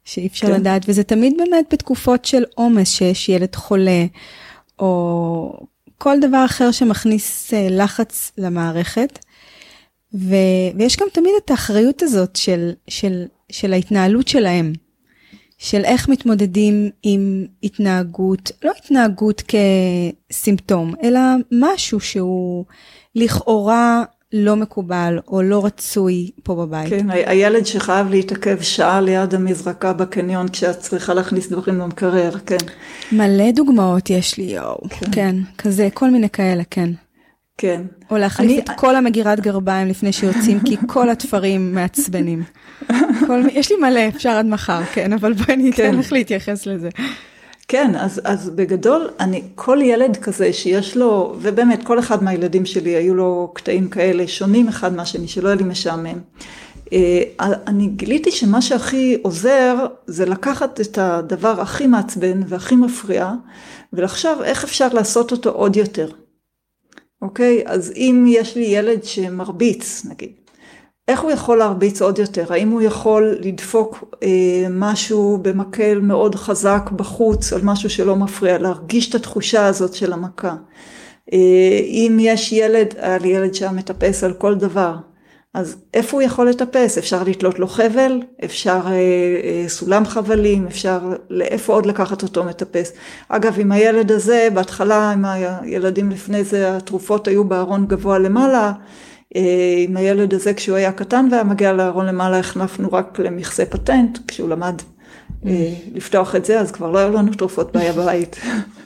שאי אפשר כן. לדעת, וזה תמיד באמת בתקופות של עומס, שיש ילד חולה, או כל דבר אחר שמכניס לחץ למערכת, ו, ויש גם תמיד את האחריות הזאת של, של, של ההתנהלות שלהם, של איך מתמודדים עם התנהגות, לא התנהגות כסימפטום, אלא משהו שהוא לכאורה לא מקובל או לא רצוי פה בבית. כן, הילד שחייב להתעכב שעה ליד המזרקה בקניון, כשאת צריכה להכניס דברים למקרר, כן. מלא דוגמאות יש לי, יואו, כן, כן כזה, כל מיני כאלה, כן. כן. או להחליף אני... את כל המגירת גרביים לפני שיוצאים, כי כל התפרים מעצבנים. כל... יש לי מלא, אפשר עד מחר, כן, אבל בואי אני אתן לך להתייחס לזה. כן, אז, אז בגדול, אני, כל ילד כזה שיש לו, ובאמת כל אחד מהילדים שלי היו לו קטעים כאלה, שונים אחד מהשני, שלא היה לי משעמם. אני גיליתי שמה שהכי עוזר, זה לקחת את הדבר הכי מעצבן והכי מפריע, ולחשוב איך אפשר לעשות אותו עוד יותר. אוקיי? אז אם יש לי ילד שמרביץ, נגיד, איך הוא יכול להרביץ עוד יותר? האם הוא יכול לדפוק אה, משהו במקל מאוד חזק בחוץ, על משהו שלא מפריע, להרגיש את התחושה הזאת של המכה? אה, אם יש ילד, היה לי ילד שהיה מטפס על כל דבר, אז איפה הוא יכול לטפס? אפשר לתלות לו חבל, אפשר אה, אה, סולם חבלים, אפשר לאיפה עוד לקחת אותו מטפס. אגב, עם הילד הזה, בהתחלה, עם הילדים לפני זה, התרופות היו בארון גבוה למעלה, עם הילד הזה כשהוא היה קטן והיה מגיע לארון למעלה, החלפנו רק למכסה פטנט, כשהוא למד לפתוח את זה, אז כבר לא היו לנו תרופות בעיה בבית.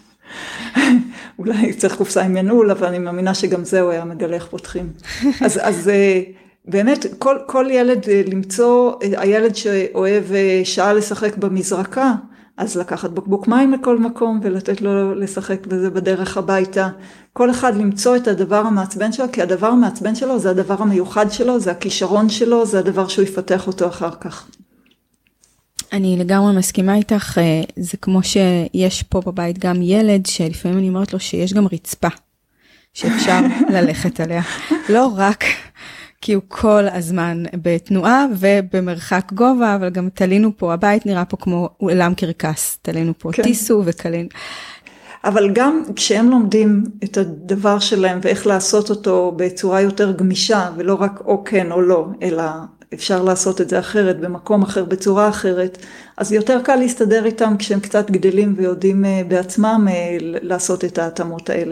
אולי צריך קופסה עם ינעול, אבל אני מאמינה שגם זהו היה מגלה איך פותחים. אז, אז באמת, כל, כל ילד למצוא, הילד שאוהב שעה לשחק במזרקה, אז לקחת בקבוק מים לכל מקום ולתת לו לשחק בזה בדרך הביתה. כל אחד למצוא את הדבר המעצבן שלו, כי הדבר המעצבן שלו זה הדבר המיוחד שלו, זה הכישרון שלו, זה הדבר שהוא יפתח אותו אחר כך. אני לגמרי מסכימה איתך, זה כמו שיש פה בבית גם ילד, שלפעמים אני אומרת לו שיש גם רצפה, שאפשר ללכת עליה. לא רק כי הוא כל הזמן בתנועה ובמרחק גובה, אבל גם תלינו פה, הבית נראה פה כמו אולם קרקס, תלינו פה כן. טיסו וקלין. אבל גם כשהם לומדים את הדבר שלהם ואיך לעשות אותו בצורה יותר גמישה, ולא רק או כן או לא, אלא אפשר לעשות את זה אחרת, במקום אחר, בצורה אחרת, אז יותר קל להסתדר איתם כשהם קצת גדלים ויודעים בעצמם לעשות את ההתאמות האלה.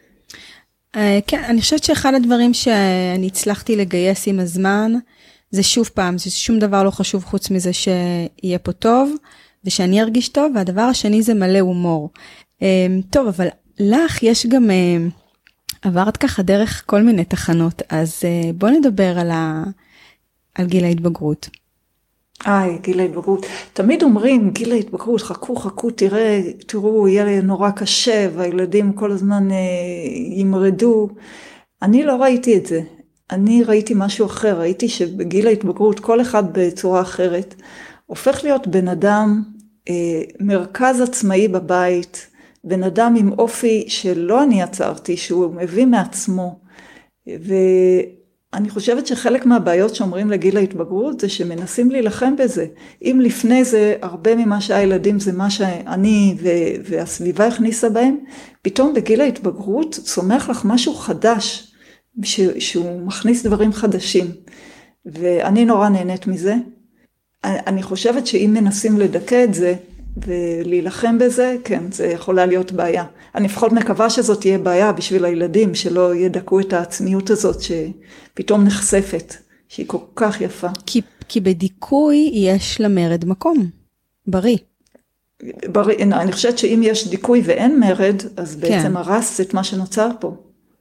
כן, אני חושבת שאחד הדברים שאני הצלחתי לגייס עם הזמן, זה שוב פעם, זה שום דבר לא חשוב חוץ מזה שיהיה פה טוב, ושאני ארגיש טוב, והדבר השני זה מלא הומור. טוב, אבל לך יש גם, עברת ככה דרך כל מיני תחנות, אז בוא נדבר על, ה, על גיל ההתבגרות. איי, גיל ההתבגרות. תמיד אומרים, גיל ההתבגרות, חכו, חכו, תראה, תראו, יהיה נורא קשה, והילדים כל הזמן אה, ימרדו. אני לא ראיתי את זה. אני ראיתי משהו אחר. ראיתי שבגיל ההתבגרות, כל אחד בצורה אחרת, הופך להיות בן אדם, אה, מרכז עצמאי בבית, בן אדם עם אופי שלא אני עצרתי, שהוא מביא מעצמו. ו... אני חושבת שחלק מהבעיות שאומרים לגיל ההתבגרות זה שמנסים להילחם בזה. אם לפני זה הרבה ממה שהילדים זה מה שאני והסביבה הכניסה בהם, פתאום בגיל ההתבגרות צומח לך משהו חדש, שהוא מכניס דברים חדשים. ואני נורא נהנית מזה. אני חושבת שאם מנסים לדכא את זה ולהילחם בזה, כן, זה יכולה להיות בעיה. אני לפחות מקווה שזאת תהיה בעיה בשביל הילדים, שלא ידכאו את העצמיות הזאת שפתאום נחשפת, שהיא כל כך יפה. כי, כי בדיכוי יש למרד מקום, בריא. בריא, אני חושבת שאם יש דיכוי ואין מרד, אז בעצם כן. הרס את מה שנוצר פה.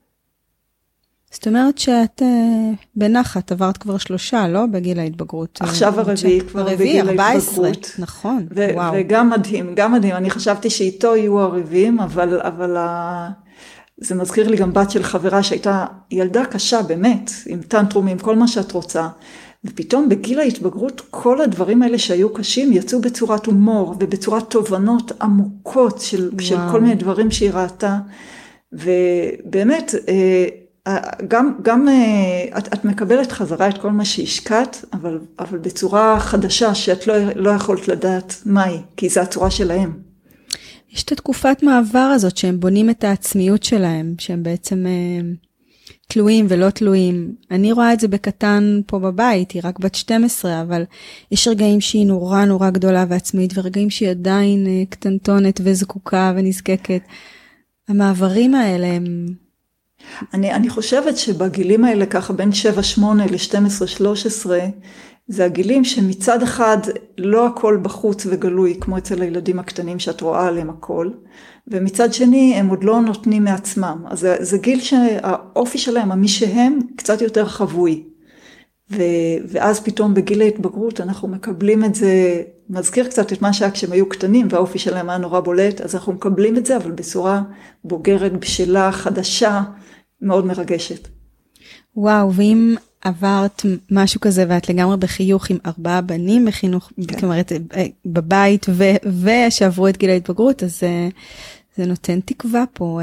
זאת אומרת שאת בנחת, עברת כבר שלושה, לא? בגיל ההתבגרות. עכשיו הרביעי כבר בגיל ההתבגרות. נכון, ו- וואו. וגם מדהים, גם מדהים. אני חשבתי שאיתו יהיו הרביעים, אבל, אבל ה... זה מזכיר לי גם בת של חברה שהייתה ילדה קשה באמת, עם טנטרום, עם כל מה שאת רוצה. ופתאום בגיל ההתבגרות, כל הדברים האלה שהיו קשים, יצאו בצורת הומור, ובצורת תובנות עמוקות של, של כל מיני דברים שהיא ראתה. ובאמת, גם, גם את, את מקבלת חזרה את כל מה שהשקעת, אבל, אבל בצורה חדשה שאת לא, לא יכולת לדעת מהי, כי זו הצורה שלהם. יש את התקופת מעבר הזאת שהם בונים את העצמיות שלהם, שהם בעצם תלויים ולא תלויים. אני רואה את זה בקטן פה בבית, היא רק בת שתים עשרה, אבל יש רגעים שהיא נורא נורא גדולה ועצמאית, ורגעים שהיא עדיין קטנטונת וזקוקה ונזקקת. המעברים האלה הם... אני, אני חושבת שבגילים האלה ככה בין שבע שמונה ל-שתים עשרה שלוש עשרה, זה הגילים שמצד אחד לא הכל בחוץ וגלוי, כמו אצל הילדים הקטנים שאת רואה עליהם הכל, ומצד שני הם עוד לא נותנים מעצמם. אז זה, זה גיל שהאופי שלהם, המי שהם, קצת יותר חבוי. ו, ואז פתאום בגיל ההתבגרות אנחנו מקבלים את זה, מזכיר קצת את מה שהיה כשהם היו קטנים, והאופי שלהם היה נורא בולט, אז אנחנו מקבלים את זה, אבל בצורה בוגרת, בשלה, חדשה, מאוד מרגשת. וואו, ואם עברת משהו כזה, ואת לגמרי בחיוך עם ארבעה בנים בחינוך, כן. כלומר, בבית, ו- ושעברו את גיל ההתבגרות, אז זה נותן תקווה פה.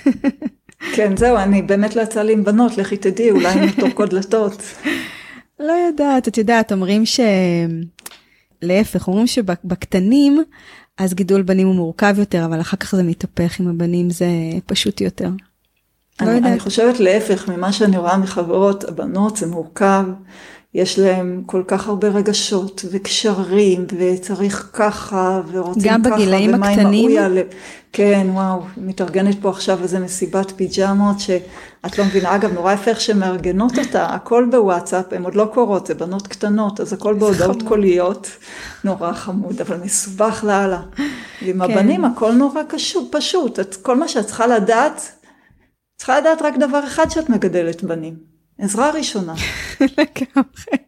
כן, זהו, אני באמת לא יצא לי עם בנות, לכי תדעי, אולי עם תורקות דלתות. לא יודעת, את יודעת, אומרים ש... להפך, אומרים שבקטנים, אז גידול בנים הוא מורכב יותר, אבל אחר כך זה מתהפך עם הבנים, זה פשוט יותר. אני, לא אני חושבת להפך, ממה שאני רואה מחברות, הבנות זה מורכב, יש להם כל כך הרבה רגשות וקשרים, וצריך ככה, ורוצים גם ככה, גם בגילאים הקטנים? יעלה. כן, וואו, מתארגנת פה עכשיו איזה מסיבת פיג'מות, שאת לא מבינה, אגב, נורא יפה איך שמארגנות אותה, הכל בוואטסאפ, הן עוד לא קורות, זה בנות קטנות, אז הכל בהודעות קוליות, נורא חמוד, אבל מסובך להלאה. ועם כן. הבנים, הכל נורא קשור, פשוט, את, כל מה שאת צריכה לדעת, צריכה לדעת רק דבר אחד שאת מגדלת בנים. עזרה ראשונה. לגמרי.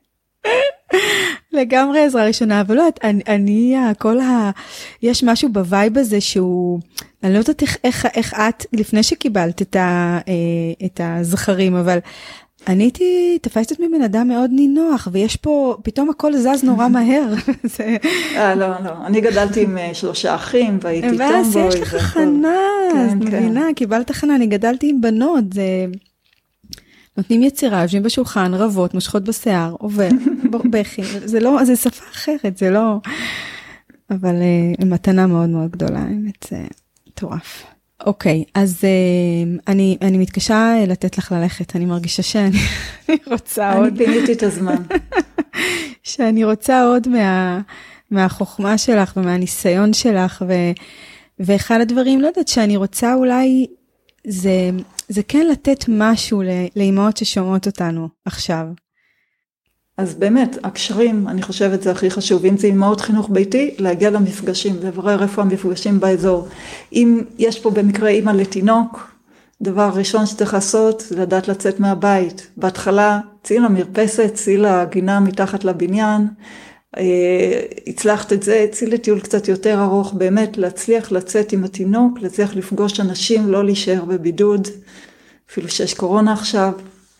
לגמרי עזרה ראשונה, אבל לא, אני, אני, כל ה... יש משהו בווייב הזה שהוא, אני לא יודעת איך, איך, איך את, לפני שקיבלת את, ה, את הזכרים, אבל אני הייתי, תפסת את מבן אדם מאוד נינוח, ויש פה, פתאום הכל זז נורא מהר. אה, לא, לא. אני גדלתי עם שלושה אחים, והייתי טומבוי. ואז יש לך חנה, אז מבינה, קיבלת חנה, אני גדלתי עם בנות, זה... נותנים יצירה, יושבים בשולחן, רבות, מושכות בשיער, עובר, בכי, זה לא, זה שפה אחרת, זה לא... אבל uh, מתנה מאוד מאוד גדולה, האמת, זה טורף. אוקיי, אז uh, אני, אני מתקשה לתת לך ללכת, אני מרגישה שאני רוצה עוד... אני פיניתי את הזמן. שאני רוצה עוד מה, מהחוכמה שלך ומהניסיון שלך, ו, ואחד הדברים, לא יודעת, שאני רוצה אולי, זה, זה כן לתת משהו לאימהות ששומעות אותנו עכשיו. אז באמת, הקשרים, אני חושבת, זה הכי חשוב. אם זה אימהות חינוך ביתי, להגיע למפגשים, לברר איפה המפגשים באזור. אם יש פה במקרה אימא לתינוק, דבר ראשון שצריך לעשות, זה לדעת לצאת מהבית. בהתחלה, צאי למרפסת, צאי לגינה מתחת לבניין, הצלחת את זה, צאי לטיול קצת יותר ארוך, באמת להצליח לצאת עם התינוק, להצליח לפגוש אנשים, לא להישאר בבידוד, אפילו שיש קורונה עכשיו.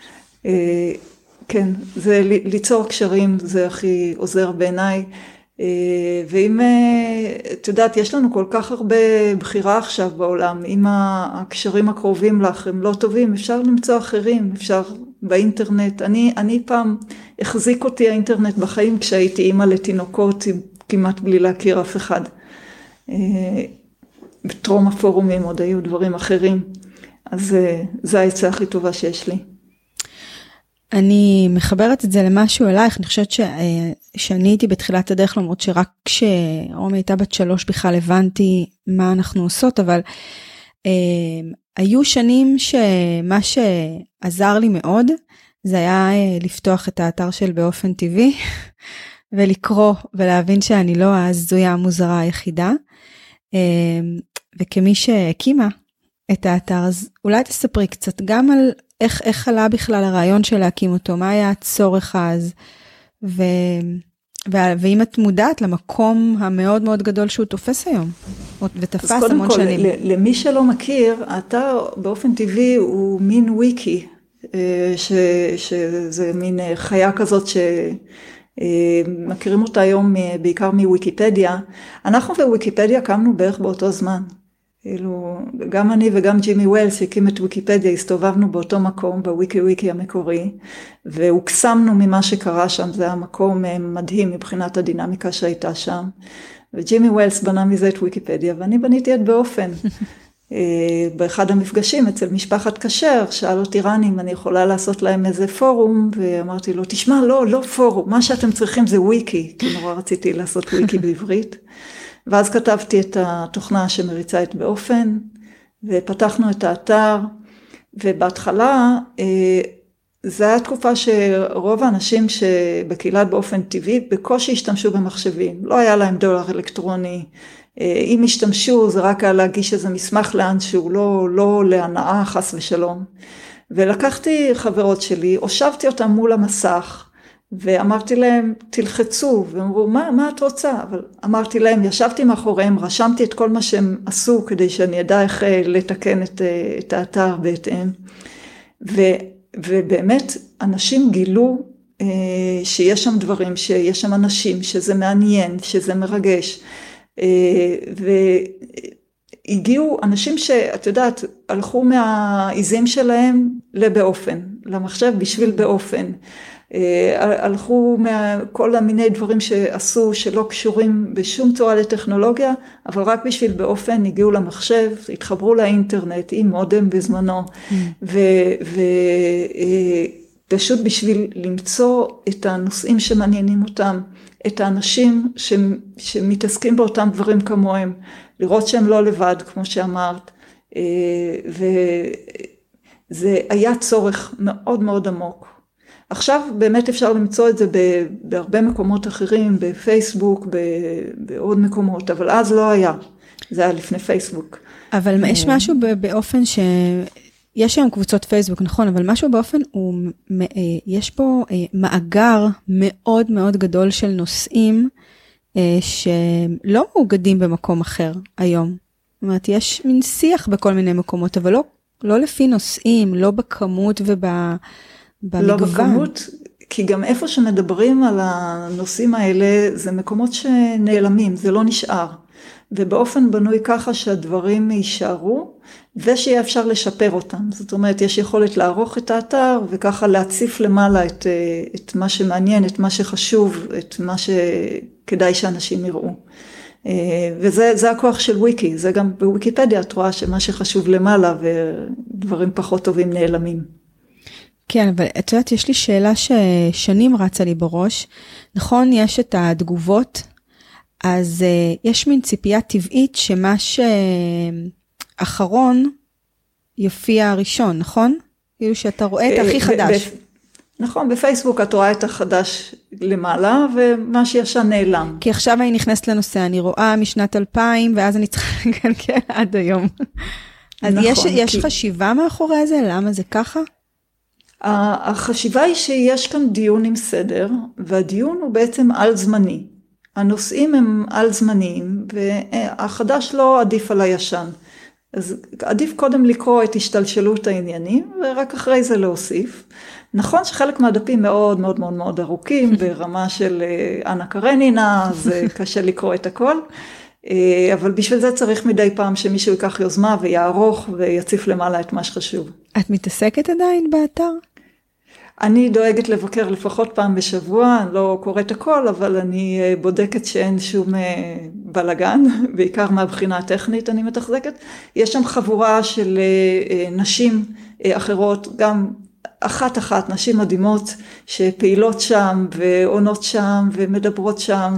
כן, זה ליצור קשרים, זה הכי עוזר בעיניי. ואם, את יודעת, יש לנו כל כך הרבה בחירה עכשיו בעולם, אם הקשרים הקרובים לך הם לא טובים, אפשר למצוא אחרים, אפשר באינטרנט. אני, אני פעם החזיק אותי האינטרנט בחיים כשהייתי אימא לתינוקות, כמעט בלי להכיר אף אחד. בטרום הפורומים עוד היו דברים אחרים, אז זה העצה הכי טובה שיש לי. אני מחברת את זה למשהו אלייך, אני חושבת ש... שאני הייתי בתחילת הדרך, למרות שרק כשרומי הייתה בת שלוש בכלל הבנתי מה אנחנו עושות, אבל אה, היו שנים שמה שעזר לי מאוד, זה היה אה, לפתוח את האתר של באופן טבעי, ולקרוא ולהבין שאני לא הזויה המוזרה היחידה, אה, וכמי שהקימה את האתר, אז אולי תספרי קצת גם על איך, איך עלה בכלל הרעיון של להקים אותו, מה היה הצורך אז, ו, ו, ואם את מודעת למקום המאוד מאוד גדול שהוא תופס היום, ותפס המון שנים. אז קודם כל, למי שלא מכיר, האתר באופן טבעי הוא מין וויקי, ש, שזה מין חיה כזאת שמכירים אותה היום בעיקר מוויקיפדיה. אנחנו וויקיפדיה קמנו בערך באותו זמן. כאילו, גם אני וגם ג'ימי ווילס שהקים את ויקיפדיה, הסתובבנו באותו מקום, בוויקי וויקי המקורי, והוקסמנו ממה שקרה שם, זה היה מקום מדהים מבחינת הדינמיקה שהייתה שם, וג'ימי ווילס בנה מזה את ויקיפדיה, ואני בניתי את באופן. באחד המפגשים אצל משפחת כשר, שאל אותי רני אם אני יכולה לעשות להם איזה פורום, ואמרתי לו, תשמע, לא, לא פורום, מה שאתם צריכים זה וויקי, כי נורא רציתי לעשות וויקי בעברית. ואז כתבתי את התוכנה שמריצה את באופן, ופתחנו את האתר, ובהתחלה, זו הייתה תקופה שרוב האנשים שבקהילת באופן טבעי, בקושי השתמשו במחשבים, לא היה להם דולר אלקטרוני, אם השתמשו זה רק היה להגיש איזה מסמך לאנשהו, לא, לא להנאה חס ושלום. ולקחתי חברות שלי, הושבתי אותם מול המסך, ואמרתי להם, תלחצו, ואמרו, מה, מה את רוצה? אבל אמרתי להם, ישבתי מאחוריהם, רשמתי את כל מה שהם עשו, כדי שאני אדע איך לתקן את, את האתר בהתאם. ו, ובאמת, אנשים גילו אה, שיש שם דברים, שיש שם אנשים, שזה מעניין, שזה מרגש. אה, והגיעו אנשים שאת יודעת, הלכו מהעיזים שלהם לבאופן, למחשב בשביל באופן. הלכו מכל המיני דברים שעשו שלא קשורים בשום צורה לטכנולוגיה, אבל רק בשביל באופן הגיעו למחשב, התחברו לאינטרנט עם מודם בזמנו, ופשוט בשביל למצוא את הנושאים שמעניינים אותם, את האנשים שמתעסקים באותם דברים כמוהם, לראות שהם לא לבד, כמו שאמרת, וזה היה צורך מאוד מאוד עמוק. עכשיו באמת אפשר למצוא את זה בהרבה מקומות אחרים, בפייסבוק, בעוד מקומות, אבל אז לא היה, זה היה לפני פייסבוק. אבל יש משהו באופן ש... יש היום קבוצות פייסבוק, נכון, אבל משהו באופן, הוא... יש פה מאגר מאוד מאוד גדול של נושאים, שלא מאוגדים במקום אחר היום. זאת אומרת, יש מין שיח בכל מיני מקומות, אבל לא, לא לפי נושאים, לא בכמות וב... במגוון. לא בכמות, כי גם איפה שמדברים על הנושאים האלה, זה מקומות שנעלמים, זה לא נשאר. ובאופן בנוי ככה שהדברים יישארו, ושיהיה אפשר לשפר אותם. זאת אומרת, יש יכולת לערוך את האתר, וככה להציף למעלה את, את מה שמעניין, את מה שחשוב, את מה שכדאי שאנשים יראו. וזה זה הכוח של וויקי, זה גם בוויקיפדיה, את רואה שמה שחשוב למעלה, ודברים פחות טובים נעלמים. כן, אבל את יודעת, יש לי שאלה ששנים רצה לי בראש. נכון, יש את התגובות, אז uh, יש מין ציפייה טבעית שמה שאחרון יופיע הראשון, נכון? כאילו שאתה רואה את הכי חדש. נכון, בפייסבוק את רואה את החדש למעלה, ומה שישן נעלם. כי עכשיו אני נכנסת לנושא, אני רואה משנת אלפיים, ואז אני צריכה לגלגל עד היום. אז נכון, יש, יש כי... חשיבה מאחורי זה? למה זה ככה? החשיבה היא שיש כאן דיון עם סדר, והדיון הוא בעצם על זמני. הנושאים הם על זמניים, והחדש לא עדיף על הישן. אז עדיף קודם לקרוא את השתלשלות העניינים, ורק אחרי זה להוסיף. נכון שחלק מהדפים מאוד מאוד מאוד מאוד ארוכים, ברמה של אנה קרנינה, אז קשה לקרוא את הכל. אבל בשביל זה צריך מדי פעם שמישהו ייקח יוזמה ויערוך ויציף למעלה את מה שחשוב. את מתעסקת עדיין באתר? אני דואגת לבקר לפחות פעם בשבוע, אני לא קוראת הכל, אבל אני בודקת שאין שום בלגן, בעיקר מהבחינה הטכנית אני מתחזקת. יש שם חבורה של נשים אחרות, גם אחת אחת, נשים מדהימות שפעילות שם ועונות שם ומדברות שם,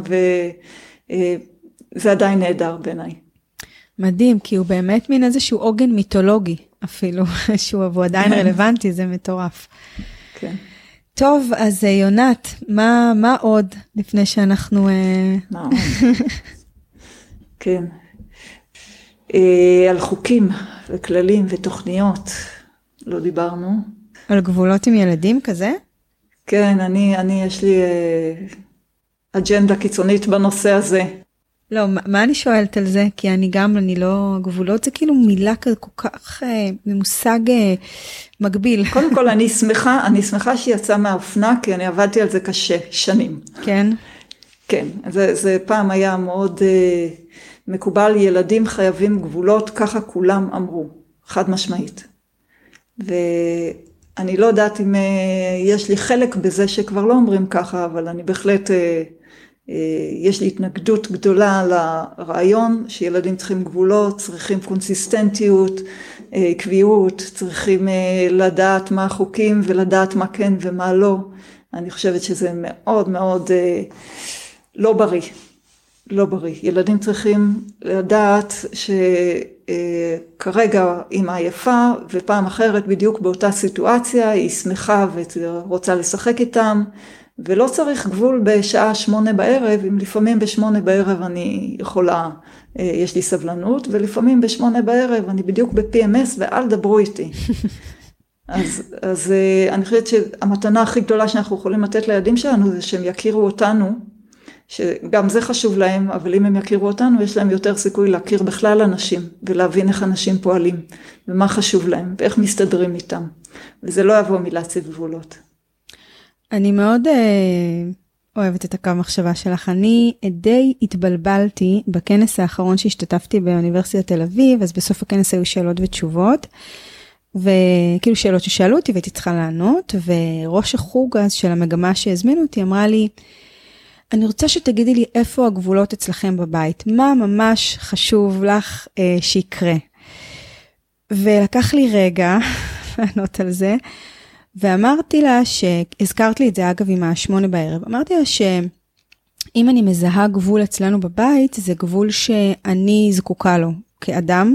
וזה עדיין נהדר בעיניי. מדהים, כי הוא באמת מין איזשהו עוגן מיתולוגי אפילו, שהוא עדיין רלוונטי, זה מטורף. כן. טוב, אז יונת, מה, מה עוד לפני שאנחנו... מה עוד? כן. על חוקים וכללים ותוכניות, לא דיברנו. על גבולות עם ילדים כזה? כן, אני, אני יש לי אג'נדה קיצונית בנושא הזה. לא, מה אני שואלת על זה? כי אני גם, אני לא, גבולות זה כאילו מילה כל כך ממושג מגביל. קודם כל, אני שמחה, אני שמחה שיצא מהאופנה, כי אני עבדתי על זה קשה, שנים. כן? כן, זה, זה פעם היה מאוד מקובל, ילדים חייבים גבולות, ככה כולם אמרו, חד משמעית. ואני לא יודעת אם יש לי חלק בזה שכבר לא אומרים ככה, אבל אני בהחלט, יש לי התנגדות גדולה לרעיון שילדים צריכים גבולות, צריכים קונסיסטנטיות, קביעות, צריכים לדעת מה החוקים ולדעת מה כן ומה לא. אני חושבת שזה מאוד מאוד לא בריא. לא בריא. ילדים צריכים לדעת שכרגע אמא עייפה ופעם אחרת בדיוק באותה סיטואציה היא שמחה ורוצה לשחק איתם, ולא צריך גבול בשעה שמונה בערב, אם לפעמים בשמונה בערב אני יכולה, יש לי סבלנות, ולפעמים בשמונה בערב אני בדיוק ב-פי אם אס ואל דברו איתי. אז, אז אני חושבת שהמתנה הכי גדולה שאנחנו יכולים לתת לילדים שלנו זה שהם יכירו אותנו, שגם זה חשוב להם, אבל אם הם יכירו אותנו, יש להם יותר סיכוי להכיר בכלל אנשים, ולהבין איך אנשים פועלים, ומה חשוב להם, ואיך מסתדרים איתם. וזה לא יבוא מלהציב גבולות. אני מאוד אה, אוהבת את הקו מחשבה שלך. אני די התבלבלתי בכנס האחרון שהשתתפתי באוניברסיטת תל אביב, אז בסוף הכנס היו שאלות ותשובות, וכאילו שאלות ששאלו אותי והייתי צריכה לענות, וראש החוג אז של המגמה שהזמינו אותי אמרה לי, אני רוצה שתגידי לי איפה הגבולות אצלכם בבית, מה ממש חשוב לך אה, שיקרה. ולקח לי רגע לענות על זה, ואמרתי לה שהזכרת לי את זה אגב עם השמונה בערב, אמרתי לה שאם אני מזהה גבול אצלנו בבית, זה גבול שאני זקוקה לו כאדם,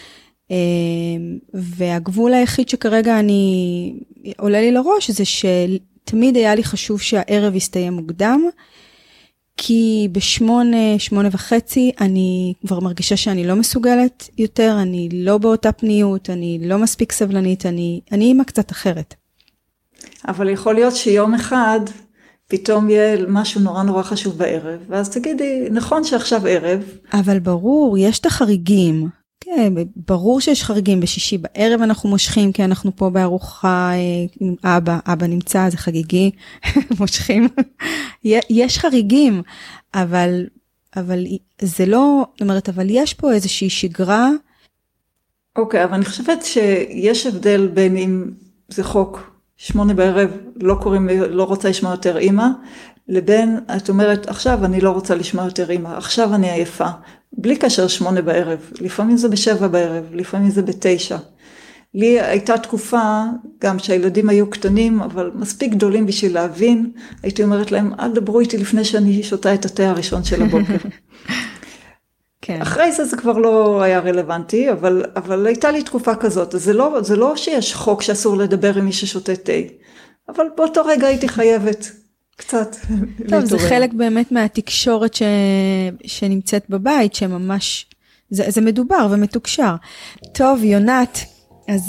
והגבול היחיד שכרגע אני עולה לי לראש, זה שתמיד היה לי חשוב שהערב יסתיים מוקדם, כי בשמונה, שמונה וחצי, אני כבר מרגישה שאני לא מסוגלת יותר, אני לא באותה פניות, אני לא מספיק סבלנית, אני, אני אימא קצת אחרת. אבל יכול להיות שיום אחד פתאום יהיה משהו נורא נורא חשוב בערב, ואז תגידי, נכון שעכשיו ערב. אבל ברור, יש את החריגים. כן, ברור שיש חריגים. בשישי בערב אנחנו מושכים, כי אנחנו פה בארוחה עם אבא, אבא נמצא, זה חגיגי, מושכים. יש חריגים, אבל, אבל זה לא, זאת אומרת, אבל יש פה איזושהי שגרה. אוקיי, אבל אני חושבת שיש הבדל בין אם זה חוק, שמונה בערב לא קוראים, לא רוצה לשמוע יותר אמא, לבין, את אומרת, עכשיו אני לא רוצה לשמוע יותר אמא, עכשיו אני עייפה, בלי קשר שמונה בערב, לפעמים זה בשבע בערב, לפעמים זה בתשע. לי הייתה תקופה, גם שהילדים היו קטנים, אבל מספיק גדולים בשביל להבין, הייתי אומרת להם, אל דברו איתי לפני שאני שותה את התה הראשון של הבוקר. כן. אחרי זה זה כבר לא היה רלוונטי, אבל, אבל הייתה לי תקופה כזאת. זה לא, זה לא שיש חוק שאסור לדבר עם מי ששותה תה, אבל באותו רגע הייתי חייבת קצת. טוב, זה חלק באמת מהתקשורת ש... שנמצאת בבית, שממש, זה, זה מדובר ומתוקשר. טוב, יונת, אז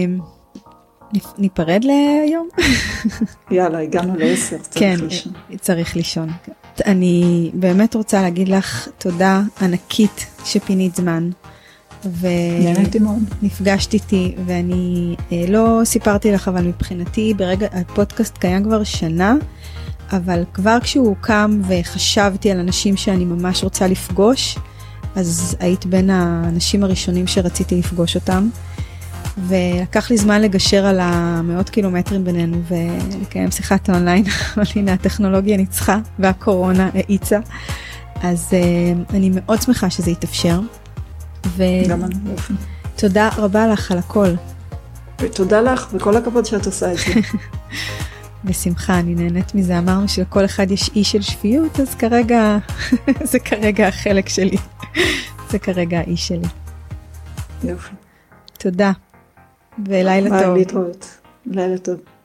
ניפרד להיום? יאללה, הגענו לעשר, צריך כן, לישון. צריך לישון. אני באמת רוצה להגיד לך תודה ענקית שפינית זמן. נהניתי מאוד. נפגשת איתי, ואני לא סיפרתי לך, אבל מבחינתי, ברגע, הפודקאסט קיים כבר שנה, אבל כבר כשהוא קם וחשבתי על אנשים שאני ממש רוצה לפגוש, אז היית בין האנשים הראשונים שרציתי לפגוש אותם, ולקח לי זמן לגשר על המאות קילומטרים בינינו, ולקיים שיחת אונליין, אבל הנה הטכנולוגיה ניצחה, והקורונה האיצה, אז uh, אני מאוד שמחה שזה יתאפשר. ו... גם אני. תודה רבה לך על הכל. ותודה לך, וכל הכבוד שאת עושה את זה. בשמחה, אני נהנית מזה. אמרנו שלכל אחד יש אי של שפיות, אז כרגע, זה כרגע החלק שלי. זה כרגע האי שלי. יופי. תודה. ולילה טוב. ביי, להתראות. לילה טוב.